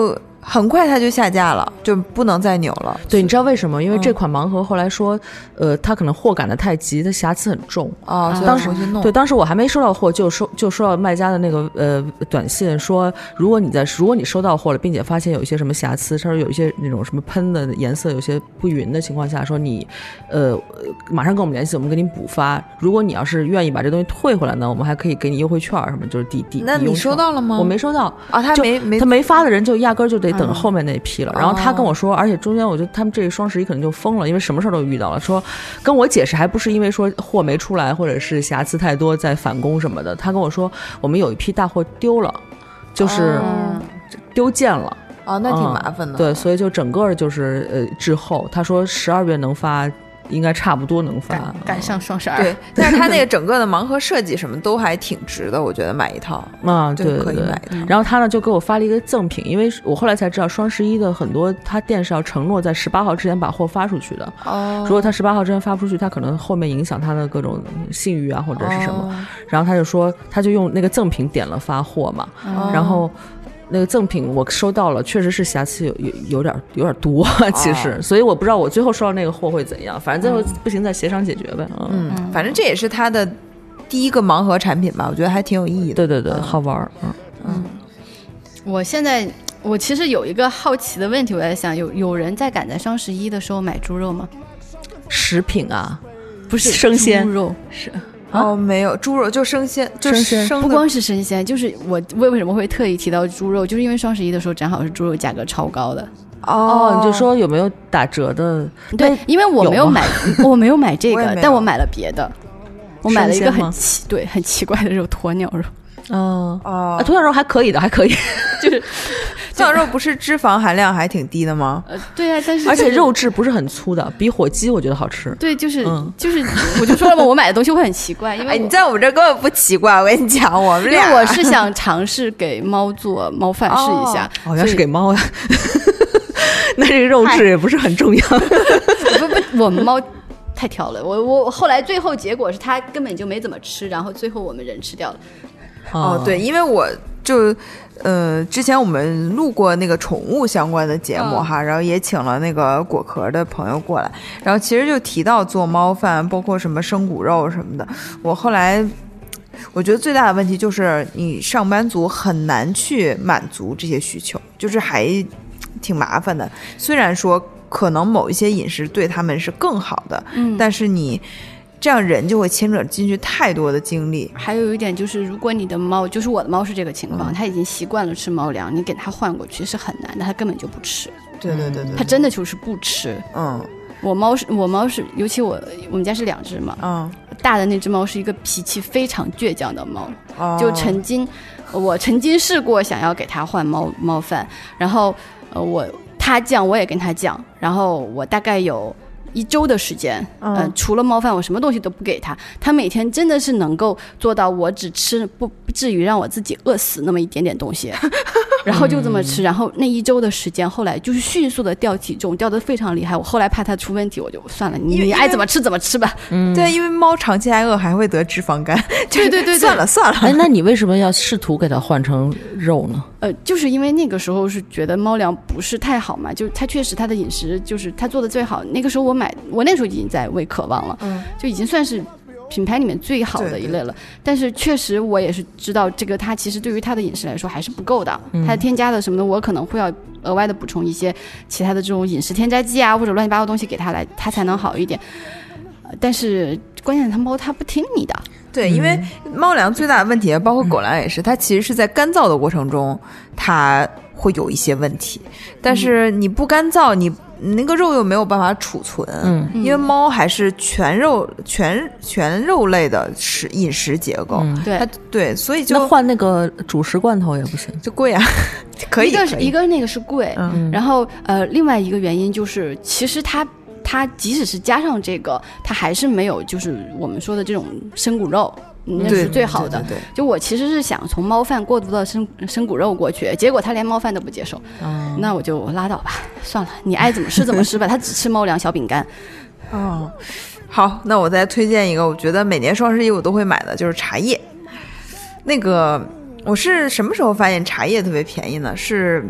很快它就下架了，就不能再扭了。 对，你知道为什么？因为这款盲盒后来说，嗯、呃，它可能货赶得太急，它瑕疵很重。 哦，所以当时重新弄。 对，当时我还没收到货，就收就收到卖家的那个呃短信说，如果你在如果你收到货了，并且发现有一些什么瑕疵，他说有一些那种什么喷的颜色有些不匀的情况下，说你呃马上跟我们联系，我们给你补发。如果你要是愿意把这东西退回来呢，我们还可以给你优惠券什么，就是抵抵。 那你收到了吗？ 我没收到啊，他没没他没发的人就压根儿就得等后面那批了。嗯、然后他跟我说，而且中间我觉得他们这个双十一可能就疯了，因为什么事儿都遇到了。说跟我解释还不是因为说货没出来或者是瑕疵太多在返工什么的，他跟我说我们有一批大货丢了，就是丢件了。 哦，那挺麻烦的。 嗯、对，所以就整个就是呃滞后。他说十二月能发。应该差不多能发， 赶, 赶上双十二。 对，但是它那个整个的盲盒设计什么都还挺值的，我觉得买一套啊，对对对， 可以买一套。 然后他呢就给我发了一个赠品，因为我后来才知道双十一的很多他店是要承诺在十八号之前把货发出去的。 哦， 如果他十八号之前发不出去，他可能后面影响他的各种信誉啊或者是什么。哦、然后他就说，他就用那个赠品点了发货嘛，哦、然后。那个赠品我收到了，确实是瑕疵有有有点有点多，其实，哦、所以我不知道我最后收到那个货会怎样，反正最后不行再协商解决呗。 嗯，嗯反正这也是他的第一个盲盒产品吧，我觉得还挺有意义的。 对对对，嗯、好玩。嗯嗯，我现在我其实有一个好奇的问题，我在想，有有人在赶在双十一的时候买猪肉吗？ 食品啊， 不是生鲜猪肉是。 哦，没有猪肉就生鲜，就生生不光是生鲜，就是我为什么会特意提到猪肉，就是因为双十一的时候正好是猪肉价格超高的。 哦，你就说有没有打折的？ 对，因为我没有买，我没有买这个，我但我买了别的，我买了一个很奇对很奇怪的肉，鸵鸟肉。 哦哦，鸵鸟肉还可以的，还可以， 就是鸵鸟肉不是脂肪含量还挺低的吗？ 呃，对啊，但是而且肉质不是很粗的，比火鸡我觉得好吃。 对，就是、嗯、就是，我就说了嘛，我买的东西会很奇怪，因为、 哎、你在我们这根本不奇怪，我跟你讲，我们俩因为我是想尝试给猫做猫饭试一下， 好、哦、像是给猫呀，那这个肉质也不是很重要。 不不，我们猫。太挑了，我我后来最后结果是它根本就没怎么吃，然后最后我们人吃掉了。 哦，对，因为我就呃之前我们录过那个宠物相关的节目哈，嗯、然后也请了那个果壳的朋友过来，然后其实就提到做猫饭，包括什么生骨肉什么的。我后来我觉得最大的问题就是你上班族很难去满足这些需求，就是还挺麻烦的。虽然说可能某一些饮食对他们是更好的，嗯，但是你这样人就会牵扯进去太多的精力。 还有一点就是，如果你的猫，就是我的猫是这个情况，嗯、它已经习惯了吃猫粮，你给它换过去是很难的，它根本就不吃。 对对对对， 它真的就是不吃。嗯，我猫是我猫是，尤其我我们家是两只嘛，嗯，大的那只猫是一个脾气非常倔强的猫，哦、就曾经我曾经试过想要给它换猫猫饭，然后呃我。他犟我也跟他犟，然后我大概有一周的时间，嗯、呃，除了猫饭我什么东西都不给他。他每天真的是能够做到我只吃不不至于让我自己饿死那么一点点东西，然后就这么吃。然后那一周的时间，后来就是迅速的掉体重，掉得非常厉害。我后来怕他出问题，我就算了，你你爱怎么吃怎么吃吧。 嗯，对，因为猫长期挨饿还会得脂肪肝。 对对 对, 对， 算了算了。 哎，那你为什么要试图给它换成肉呢？ 呃，就是因为那个时候是觉得猫粮不是太好嘛，就它确实它的饮食就是它做的最好。那个时候我买，我那时候已经在喂渴望了，嗯，就已经算是品牌里面最好的一类了。但是确实我也是知道这个它其实对于它的饮食来说还是不够的，嗯、它添加的什么的我可能会要额外的补充一些其他的这种饮食添加剂啊或者乱七八糟东西给它来，它才能好一点。呃、但是关键它猫它不听你的。 对，因为猫粮最大的问题，包括狗粮也是，它其实是在干燥的过程中，它会有一些问题。但是你不干燥，你那个肉又没有办法储存，嗯，因为猫还是全肉、全全肉类的食饮食结构， 嗯、 对对，所以就那换那个主食罐头也不行， 就贵啊。可以， 一个是一个那个是贵，嗯、然后呃，另外一个原因就是，其实它。它即使是加上这个，它还是没有就是我们说的这种生骨肉，那是最好的。 对对对对， 就我其实是想从猫饭过渡到生生骨肉过去，结果他连猫饭都不接受，嗯、那我就拉倒吧，算了，你爱怎么吃怎么吃吧。他只吃猫粮、小饼干。 哦，好，那我再推荐一个，我觉得每年双十一我都会买的，就是茶叶。那个我是什么时候发现茶叶特别便宜呢？是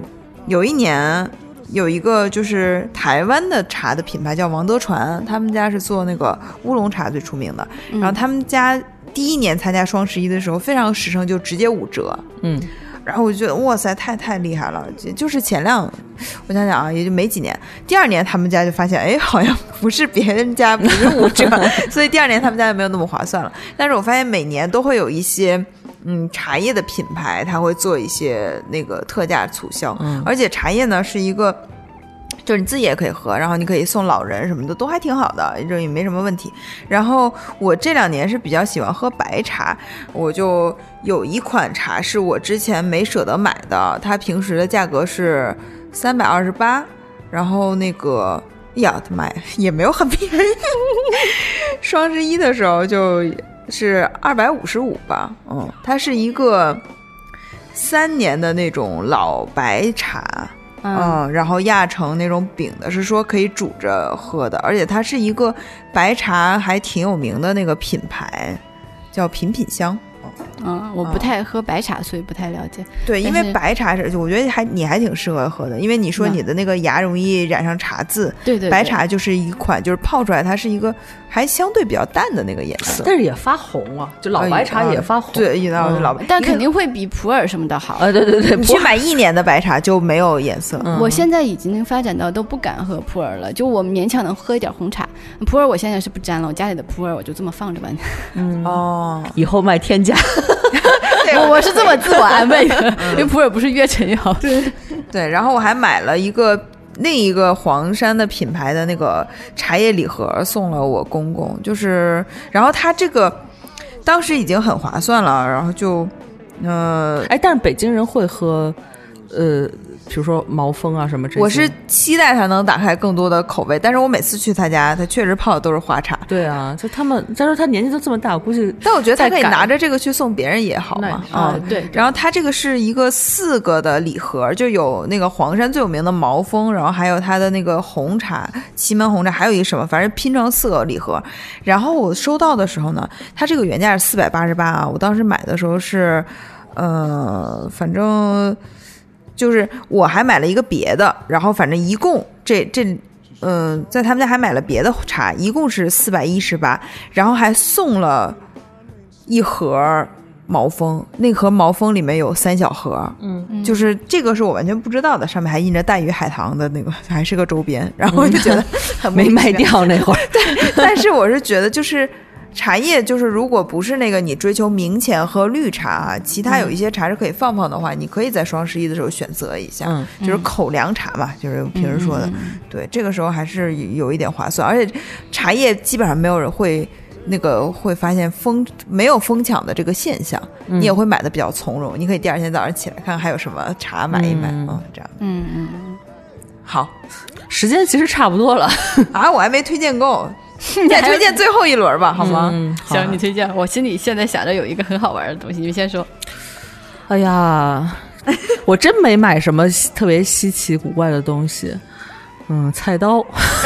有一年有一个就是台湾的茶的品牌叫王德传，他们家是做那个乌龙茶最出名的， 嗯、 然后他们家第一年参加双十一的时候非常实诚，就直接五折。 嗯。 然后我就觉得哇塞，太太厉害了！就是前两，我想想啊，也就没几年。第二年他们家就发现，哎，好像不是别人家不是五折，所以第二年他们家就没有那么划算了。但是我发现每年都会有一些嗯茶叶的品牌，它会做一些那个特价促销， 嗯、 而且茶叶呢是一个。就是你自己也可以喝，然后你可以送老人什么的，都还挺好的，这也没什么问题。然后我这两年是比较喜欢喝白茶，我就有一款茶是我之前没舍得买的，它平时的价格是三百二十八，然后那个哎呀，他妈呀，也没有很便宜，双十一的时候就是二百五十五吧，嗯，它是一个三年的那种老白茶。嗯，然后压成那种饼的，是说可以煮着喝的，而且它是一个白茶还挺有名的那个品牌，叫品品香。 嗯，我不太喝白茶，所以不太了解。 对，因为白茶是，我觉得还你还挺适合喝的，因为你说你的那个牙容易染上茶渍， 对 对, 对， 白茶就是一款，就是泡出来它是一个还相对比较淡的那个颜色， 但是也发红啊，就老白茶也发红。 呃、对，一道是老白、嗯， 但肯定会比普洱什么的好。 啊，对对对， 你去买一年的白茶就没有颜色。 嗯、我现在已经发展到都不敢喝普洱了，就我勉强能喝一点红茶。普洱我现在是不沾了，我家里的普洱我就这么放着吧。 嗯哦，以后卖天价。 我我是这么自我安慰的，嗯、因为普洱不是越陈越好。 对对，然后我还买了一个另一个黄山的品牌的那个茶叶礼盒送了我公公，就是然后他这个当时已经很划算了，然后就呃哎，但是北京人会喝呃比如说毛峰啊什么这些， 我是期待他能打开更多的口味，但是我每次去他家他确实泡的都是花茶。 对啊，就他们再说他年纪都这么大，我估计但我觉得他可以拿着这个去送别人也好嘛。 啊、嗯，对。 然后他这个是一个四个的礼盒，就有那个黄山最有名的毛峰，然后还有他的那个红茶祁门红茶，还有一个什么反正拼成四个礼盒。然后我收到的时候呢，他这个原价是四百八十八啊，我当时买的时候是呃反正就是我还买了一个别的，然后反正一共这这嗯、呃，在他们家还买了别的茶，一共是四百一十八，然后还送了一盒毛峰，那盒毛峰里面有三小盒， 嗯， 就是这个是我完全不知道的，上面还印着带鱼海棠的那个，还是个周边，然后我就觉得很没卖掉那会儿， 对，但是我是觉得就是茶叶，就是如果不是那个你追求明前喝绿茶，其他有一些茶是可以放放的话，嗯、你可以在双十一的时候选择一下， 嗯、 就是口粮茶嘛，就是平时说的， 嗯、 对，这个时候还是有一点划算，而且茶叶基本上没有人会那个会发现疯没有疯抢的这个现象， 嗯、 你也会买的比较从容，你可以第二天早上起来看看还有什么茶买一买，嗯，嗯这样， 嗯嗯， 好， 时间其实差不多了啊，我还没推荐够。你再推荐最后一轮吧，好吗？ 嗯、好行，你推荐。我心里现在想着有一个很好玩的东西，你们先说。 哎呀，我真没买什么特别稀奇古怪的东西。嗯，菜刀。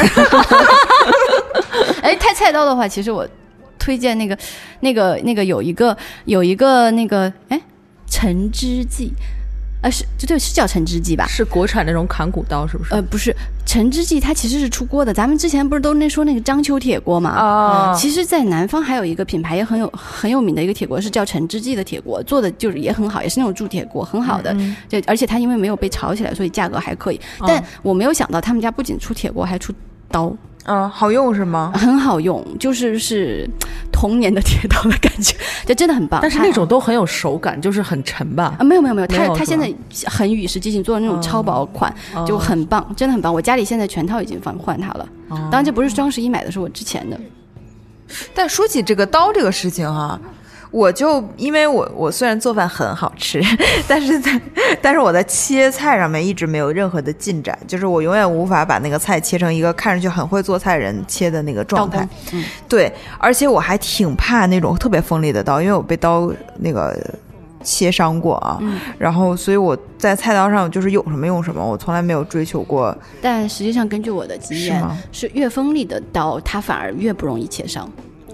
哎，太菜刀的话，其实我推荐那个、那个、那个有一个有一个那个哎，陈之记。呃，是，就对，是叫陈之记吧？ 是国产那种砍骨刀，是不是？ 呃，不是，陈之记它其实是出锅的。咱们之前不是都那说那个章丘铁锅嘛？ 哦， 其实，在南方还有一个品牌也很有很有名的一个铁锅，是叫陈之记的铁锅，做的就是也很好，也是那种铸铁锅，很好的。嗯、就而且它因为没有被炒起来，所以价格还可以。 哦、 但我没有想到他们家不仅出铁锅，还出刀。 嗯，好用是吗？ 很好用，就是是童年的铁刀的感觉，就真的很棒。 但是那种都很有手感，就是很沉吧？ 啊，没有没有没有，它它现在很与时俱进，做的那种超薄款， 哦、 就很棒，真的很棒。我家里现在全套已经放换它了， 哦、 当然这不是双十一买的，是我之前的。 但说起这个刀这个事情哈、啊。我就因为我我虽然做饭很好吃，但是在但是我在切菜上面一直没有任何的进展，就是我永远无法把那个菜切成一个看上去很会做菜人切的那个状态。 嗯， 对，而且我还挺怕那种特别锋利的刀，因为我被刀那个切伤过啊。 嗯， 然后所以我在菜刀上就是有什么用什么，我从来没有追求过。 但实际上根据我的经验， 是吗？ 是越锋利的刀，它反而越不容易切伤。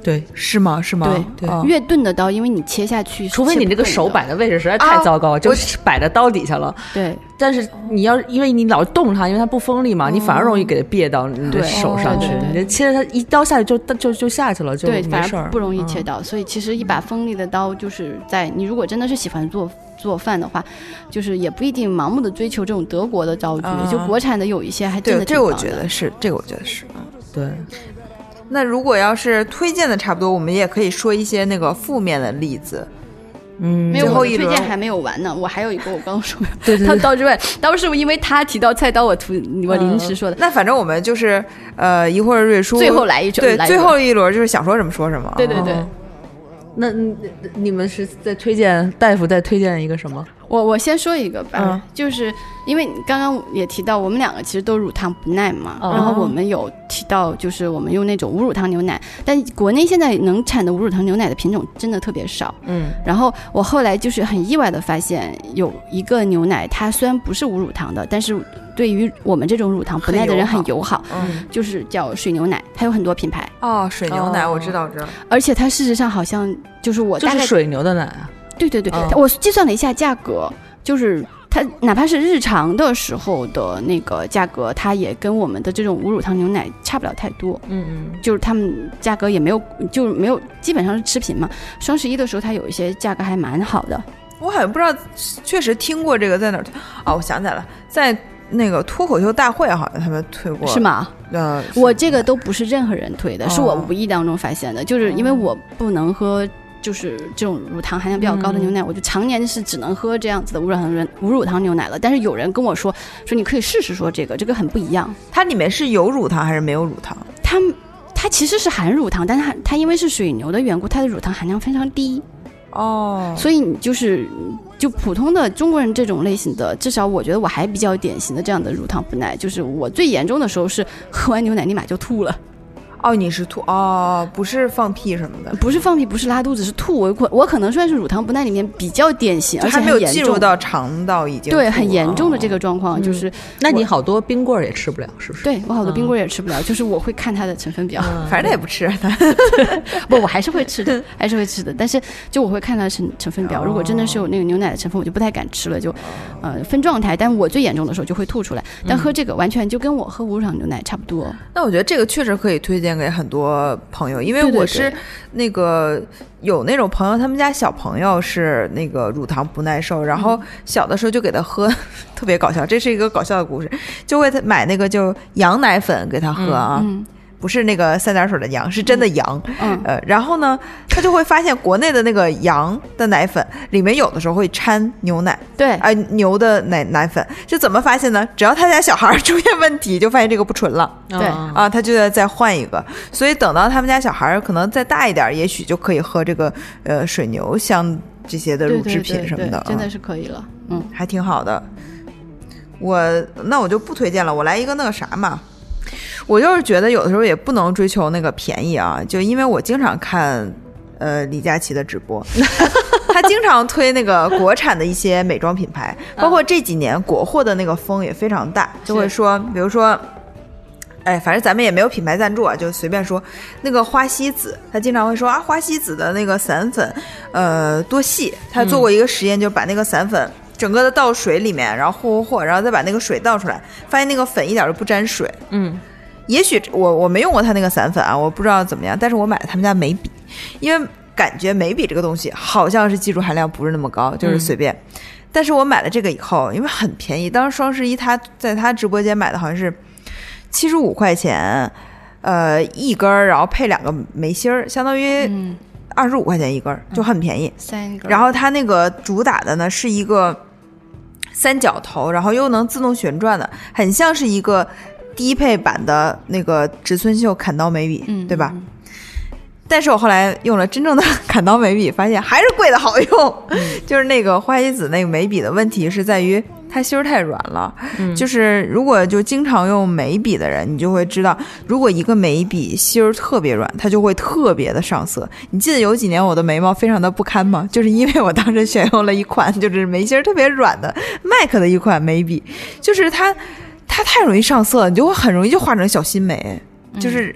对， 是吗？是吗？ 对对、哦，越钝的刀，因为你切下去， 除非你这个手摆的位置实在太糟糕，啊、就是摆在刀底下了。 对， 但是你要因为你老动它，因为它不锋利嘛，哦、你反而容易给它别到你的手上去。你切着它一刀下去就就就下去了，就没事儿， 对，反而不容易切到。嗯、所以其实一把锋利的刀，就是在你如果真的是喜欢做做饭的话，就是也不一定盲目的追求这种德国的刀具，啊、就国产的有一些还真的挺棒的。 对，这个我觉得是，这个我觉得是，嗯， 对。 那如果要是推荐的差不多，我们也可以说一些那个负面的例子。 嗯，没有，我的推荐还没有完呢，我还有一个我刚刚说的， 对对对， 刀之外，刀是因为他提到菜刀，我突我临时说的、 嗯。那反正我们就是呃，一会儿瑞叔最后来一轮， 对，最后一轮就是想说什么说什么。 对对对。哦、 那你们是在推荐大夫在推荐一个什么？ 我我先说一个吧，嗯、就是因为你刚刚也提到我们两个其实都乳糖不耐嘛，嗯、然后我们有提到就是我们用那种无乳糖牛奶，但国内现在能产的无乳糖牛奶的品种真的特别少，嗯，然后我后来就是很意外的发现有一个牛奶，它虽然不是无乳糖的，但是对于我们这种乳糖不耐的人很友好，嗯，就是叫水牛奶，它有很多品牌。 哦，水牛奶，我知道，我知道。 而且它事实上好像就是我大概就是水牛的奶啊。 对对对，哦、我计算了一下价格，就是它哪怕是日常的时候的那个价格，它也跟我们的这种无乳糖牛奶差不了太多。嗯嗯，就是他们价格也没有，就没有，基本上是持平嘛。双十一的时候，它有一些价格还蛮好的。 我好像不知道，确实听过这个在哪儿推啊、哦？我想起来了，在那个脱口秀大会好像他们推过， 是吗？呃，我这个都不是任何人推的，哦、是我无意当中发现的，就是因为我不能喝。就是这种乳糖含量比较高的牛奶，嗯、我就常年是只能喝这样子的无乳糖无乳糖牛奶了。但是有人跟我说说你可以试试说这个，这个很不一样。 它里面是有乳糖还是没有乳糖？ 它它其实是含乳糖，但是它它因为是水牛的缘故，它的乳糖含量非常低。哦，所以你就是就普通的中国人这种类型的，至少我觉得我还比较典型的这样的乳糖不耐，就是我最严重的时候是喝完牛奶立马就吐了。 哦，你是吐哦，不是放屁什么的， 不是放屁，不是拉肚子，是吐。我可我可能算是乳糖不耐里面比较典型，而且还没有进入到肠道已经对很严重的这个状况，哦、就是、嗯、 那你好多冰棍也吃不了，是不是？ 对我好多冰棍也吃不了，嗯、就是我会看它的成分表， 嗯、反正他也不吃， 不，我还是会吃的，还是会吃的，但是就我会看它的成成分表，如果真的是有那个牛奶的成分，我就不太敢吃了，就呃分状态。但我最严重的时候就会吐出来，但喝这个完全就跟我喝无乳糖牛奶差不多。 那我觉得这个确实可以推荐给很多朋友，因为我是那个有那种朋友，他们家小朋友是那个乳糖不耐受，然后小的时候就给他喝，嗯、特别搞笑，这是一个搞笑的故事，就会买那个就羊奶粉给他喝啊。嗯嗯不是那个三点水的羊，是真的羊。嗯，呃，然后呢，他就会发现国内的那个羊的奶粉里面有的时候会掺牛奶， 对， 啊、呃，牛的奶奶粉，是怎么发现呢？只要他家小孩出现问题，就发现这个不纯了， 对， 啊，他就要再换一个。所以等到他们家小孩可能再大一点，也许就可以喝这个呃水牛香这些的乳制品什么的， 对对对对真的是可以了，嗯， 还挺好的。我那我就不推荐了，我来一个那个啥嘛。我就是觉得有的时候也不能追求那个便宜啊，就因为我经常看呃李佳琦的直播，他经常推那个国产的一些美妆品牌，包括这几年国货的那个风也非常大，就会说比如说哎，反正咱们也没有品牌赞助啊，就随便说那个花西子，他经常会说啊花西子的那个散粉呃多细，他做过一个实验，就把那个散粉整个的倒水里面，然后和和和，然后再把那个水倒出来，发现那个粉一点都不沾水。嗯，也许我我没用过他那个散粉啊，我不知道怎么样，但是我买了他们家眉笔，因为感觉眉笔这个东西好像是技术含量不是那么高，就是随便。嗯、但是我买了这个以后，因为很便宜，当时双十一他在他直播间买的好像是七十五块钱，呃一根，然后配两个眉芯儿，相当于。嗯二十五块钱一根，就很便宜。 三根。 然后它那个主打的呢是一个三角头，然后又能自动旋转的，很像是一个低配版的那个植村秀砍刀眉笔，嗯、对吧？嗯、但是我后来用了真正的砍刀眉笔，发现还是贵的好用。嗯、就是那个花西子那个眉笔的问题是在于它芯儿太软了。嗯、就是如果就经常用眉笔的人，你就会知道，如果一个眉笔芯儿特别软，它就会特别的上色。你记得有几年我的眉毛非常的不堪吗？就是因为我当时选用了一款就是眉芯儿特别软的麦克的一款眉笔，就是它它太容易上色，你就会很容易就画成小新眉，就是。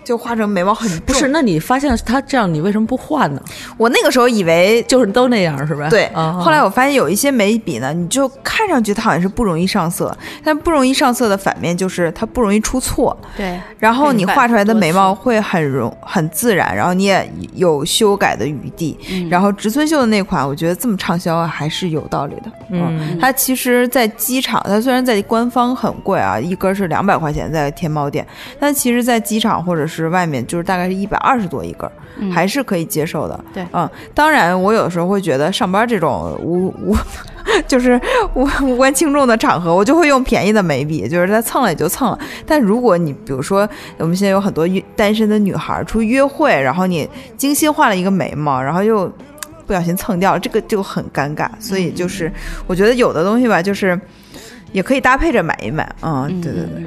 就画成眉毛很重。 不是，那你发现他这样，你为什么不换呢？ 我那个时候以为就是都那样，是吧？ 对。 哦、 后来我发现有一些眉笔呢，你就看上去它好像是不容易上色，但不容易上色的反面就是它不容易出错。 对。 然后你画出来的眉毛会很容很自然，然后你也有修改的余地。嗯、然后植村秀的那款，我觉得这么畅销啊，还是有道理的。嗯。嗯它其实，在机场，它虽然在官方很贵啊，一根是两百块钱，在天猫店，但其实在机场或者是外面，就是大概是一百二十多一根，嗯、还是可以接受的。 对， 嗯，当然，我有时候会觉得上班这种无无就是无无关轻重的场合，我就会用便宜的眉笔，就是它蹭了也就蹭了。但如果你比如说，我们现在有很多单身的女孩出去约会，然后你精心画了一个眉毛，然后又不小心蹭掉，这个就很尴尬。所以就是，我觉得有的东西吧，就是也可以搭配着买一买。嗯，对对对。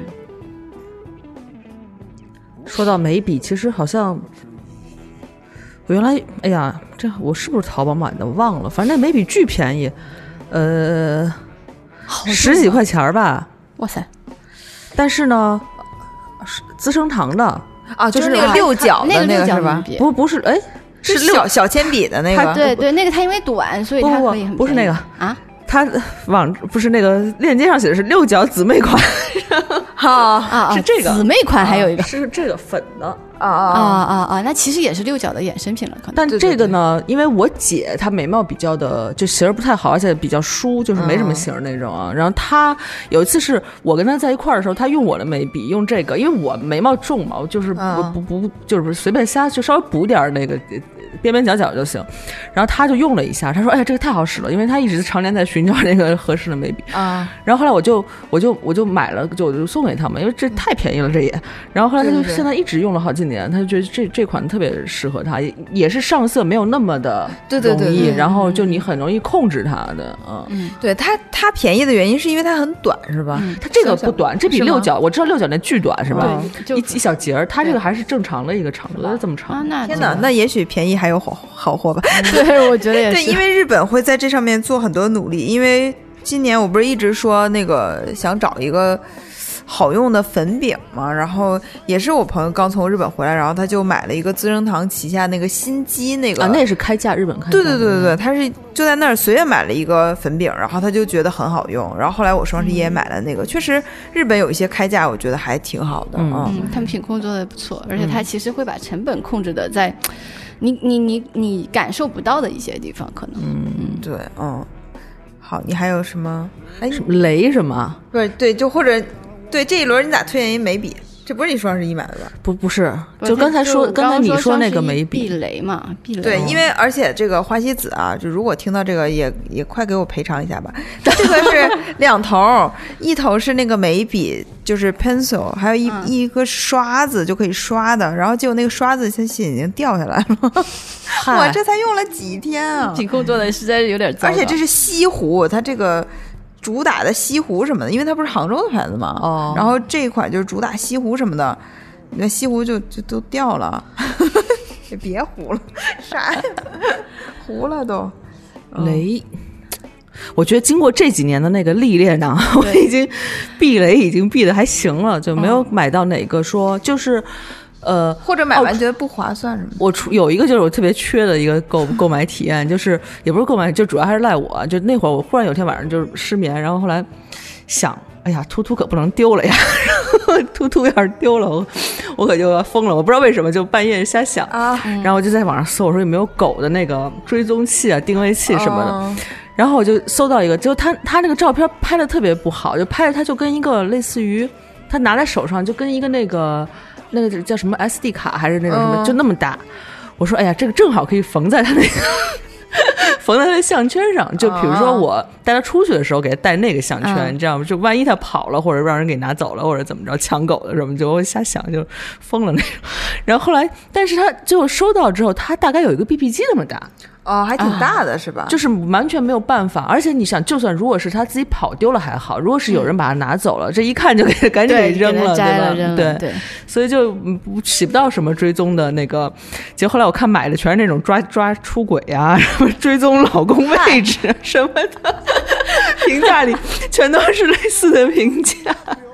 说到眉笔，其实好像我原来，哎呀，这我是不是淘宝买的？忘了，反正那眉笔巨便宜，呃，十几块钱吧。 哇塞！ 但是呢，资生堂的啊，就是那个六角的那个是吧？ 不，不是，哎， 是小小铅笔的那个。 对对，那个它因为短，所以它可以很便宜。 不是那个啊。 它网不是那个链接上写的是六角姊妹款， 好啊， 是这个姊妹款，还有一个、 啊、是这个粉的啊啊啊啊！那其实也是六角的衍生品了，可能。 但这个呢，因为我姐她眉毛比较的就型不太好，而且比较疏，就是没什么型那种啊。嗯、然后她有一次是我跟她在一块儿的时候，她用我的眉笔，用这个，因为我眉毛重嘛，我就是不、嗯、不不就是随便瞎就稍微补点那个。边边角角就行，然后他就用了一下，他说：“哎呀，这个太好使了，因为他一直常年在寻找那个合适的眉笔啊。”然后后来我就我就我就买了，就我就送给他嘛，因为这太便宜了，这也。然后后来他就现在一直用了好几年，他就觉得这这款特别适合他，也也是上色没有那么的容易，对对对对，然后就你很容易控制它的，嗯， 嗯对它它便宜的原因是因为它很短，是吧？ 嗯、它这个不短，这比六角我知道六角那巨短是吧？ 对， 一一小节儿，它这个还是正常的一个长度，这么长。 啊、那天哪，那也许便宜还有好好货吧？ 对，我觉得也是。 对，因为日本会在这上面做很多努力。因为今年我不是一直说那个想找一个好用的粉饼嘛，然后也是我朋友刚从日本回来，然后他就买了一个资生堂旗下那个新机那个啊，那也是开价，日本开价。 对对对对对，他是就在那儿随便买了一个粉饼，然后他就觉得很好用，然后后来我双十一也买了那个，嗯、确实日本有一些开价，我觉得还挺好的。嗯， 嗯他们品控做的不错，而且他其实会把成本控制的在。你你你你感受不到的一些地方，可能， 嗯嗯，对，嗯，好，你还有什么？ 哎，什么雷什么？ 不是，对，就或者，对这一轮你咋推荐一眉笔？这不是你双十一买的吧？ 不，不是，就刚才说，刚才你说那个眉笔， 避雷嘛，避雷。 对，因为而且这个花西子啊，就如果听到这个也也快给我赔偿一下吧。这个是两头，一头是那个眉笔，就是 pencil， 还有一、嗯、一个刷子就可以刷的，然后结果那个刷子现在已经掉下来了。我这才用了几天啊！ 品控做的实在是有点糟糕。 而且这是西湖，它这个。主打的西湖什么的，因为它不是杭州的牌子嘛，哦，然后这一款就是主打西湖什么的，那西湖就就都掉了，也别糊了，啥呀，糊了都。 雷，我觉得经过这几年的那个历练呢，我已经避雷已经避得还行了，就没有买到哪个说就是。呃， 或者买完觉得不划算什么、哦？ 我出有一个就是我特别缺的一个购购买体验，就是也不是购买，就主要还是赖我。就那会儿我忽然有天晚上就是失眠，然后后来想，哎呀，图图可不能丢了呀，然后图图要是丢了，我我可就要疯了。我不知道为什么就半夜瞎想啊，然后我就在网上搜，我说有没有狗的那个追踪器啊、定位器什么的。哦，然后我就搜到一个，结果他他那个照片拍的特别不好，就拍的他就跟一个类似于他拿在手上就跟一个那个。那个叫什么 S D 卡还是那种什么、oh. 就那么大，我说哎呀这个正好可以缝在他那个缝在他的项圈上，就比如说我带他出去的时候给他戴那个项圈、uh. 这样就万一他跑了或者让人给拿走了或者怎么着抢狗的什么就会瞎想就疯了那种。然后后来但是他最后收到之后他大概有一个 B B 机那么大哦，还挺大的、啊、是吧？ 就是完全没有办法，而且你想，就算如果是他自己跑丢了还好，如果是有人把它拿走了，嗯、这一看就给他赶紧给扔了， 对吧？ 对对, 对，所以就不起不到什么追踪的那个。结果后来我看买的全是那种抓抓出轨啊，什么追踪老公位置什么的，评价里全都是类似的评价。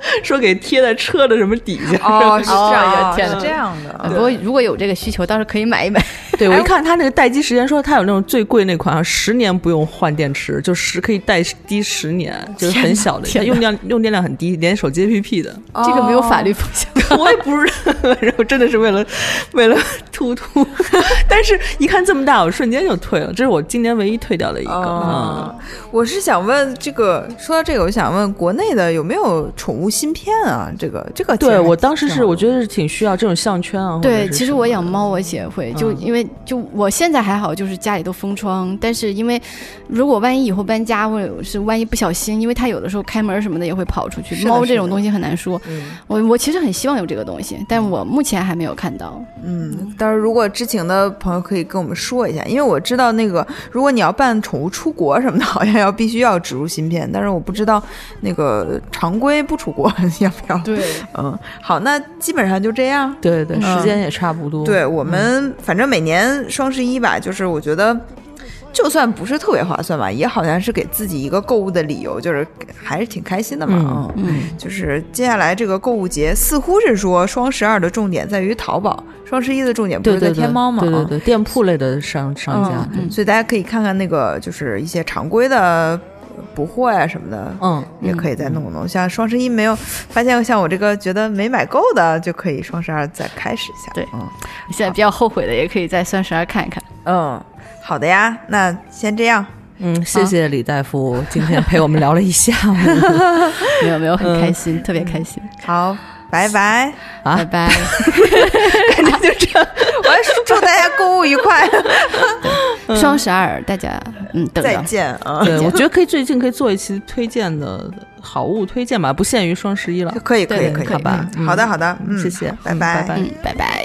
说给贴在车的什么底下。 哦，是这样， 哦天哪是这样的。 不过如果有这个需求，倒是可以买一买。 对，我一看他那个待机时间，说他有那种最贵那款，十年不用换电池，就十可以待机十年，就是很小的，它用量用电量很低，连手机 A P P 的。 哦这个没有法律风险。 我也不知道，然后真的是为了为了突突，但是一看这么大，我瞬间就退了。这是我今年唯一退掉的一个。 哦、嗯，我是想问这个，说到这个，我想问国内的有没有宠物芯片啊？这个这个， 对我当时是我觉得是挺需要这种项圈啊。 对，其实我养猫我也会，就因为就我现在还好，就是家里都封窗，但是因为如果万一以后搬家或者是万一不小心，因为它有的时候开门什么的也会跑出去，猫这种东西很难说。嗯、我我其实很希望有这个东西，但我目前还没有看到。 嗯，但是如果知情的朋友可以跟我们说一下，因为我知道那个如果你要办宠物出国什么的，好像要必须要植入芯片，但是我不知道那个常规不出国要不要。 对， 嗯，好，那基本上就这样。 对对，时间也差不多。 嗯、对我们、嗯、反正每年双十一吧，就是我觉得。就算不是特别划算吧，也好像是给自己一个购物的理由，就是还是挺开心的嘛。 嗯嗯，就是接下来这个购物节，似乎是说双十二的重点在于淘宝，双十一的重点不是在天猫嘛？ 对对 对, 对, 对，店铺类的商商家、 嗯，所以大家可以看看那个，就是一些常规的补货呀、啊、什么的， 嗯， 也可以再弄弄。像双十一没有发现，像我这个觉得没买够的，就可以双十二再开始一下。 对， 嗯， 现在比较后悔的，也可以在双十二看一看。 嗯。好的呀，那先这样。 嗯，谢谢李大夫今天陪我们聊了一下午。 没有没有，很开心、嗯，特别开心。 好，拜拜， 啊、 拜拜。 感觉就这样，我还祝大家购物愉快。 双十二大家嗯等再见啊！ 对，我觉得可以最近可以做一期推荐的好物推荐吧，不限于双十一了。 可以可以可以， 好吧、 嗯？好的好的，嗯， 谢谢， 拜拜， 拜拜， 嗯，拜拜。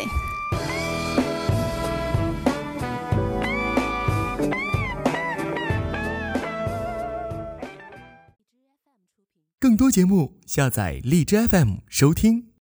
更多节目，下载荔枝 F M 收听。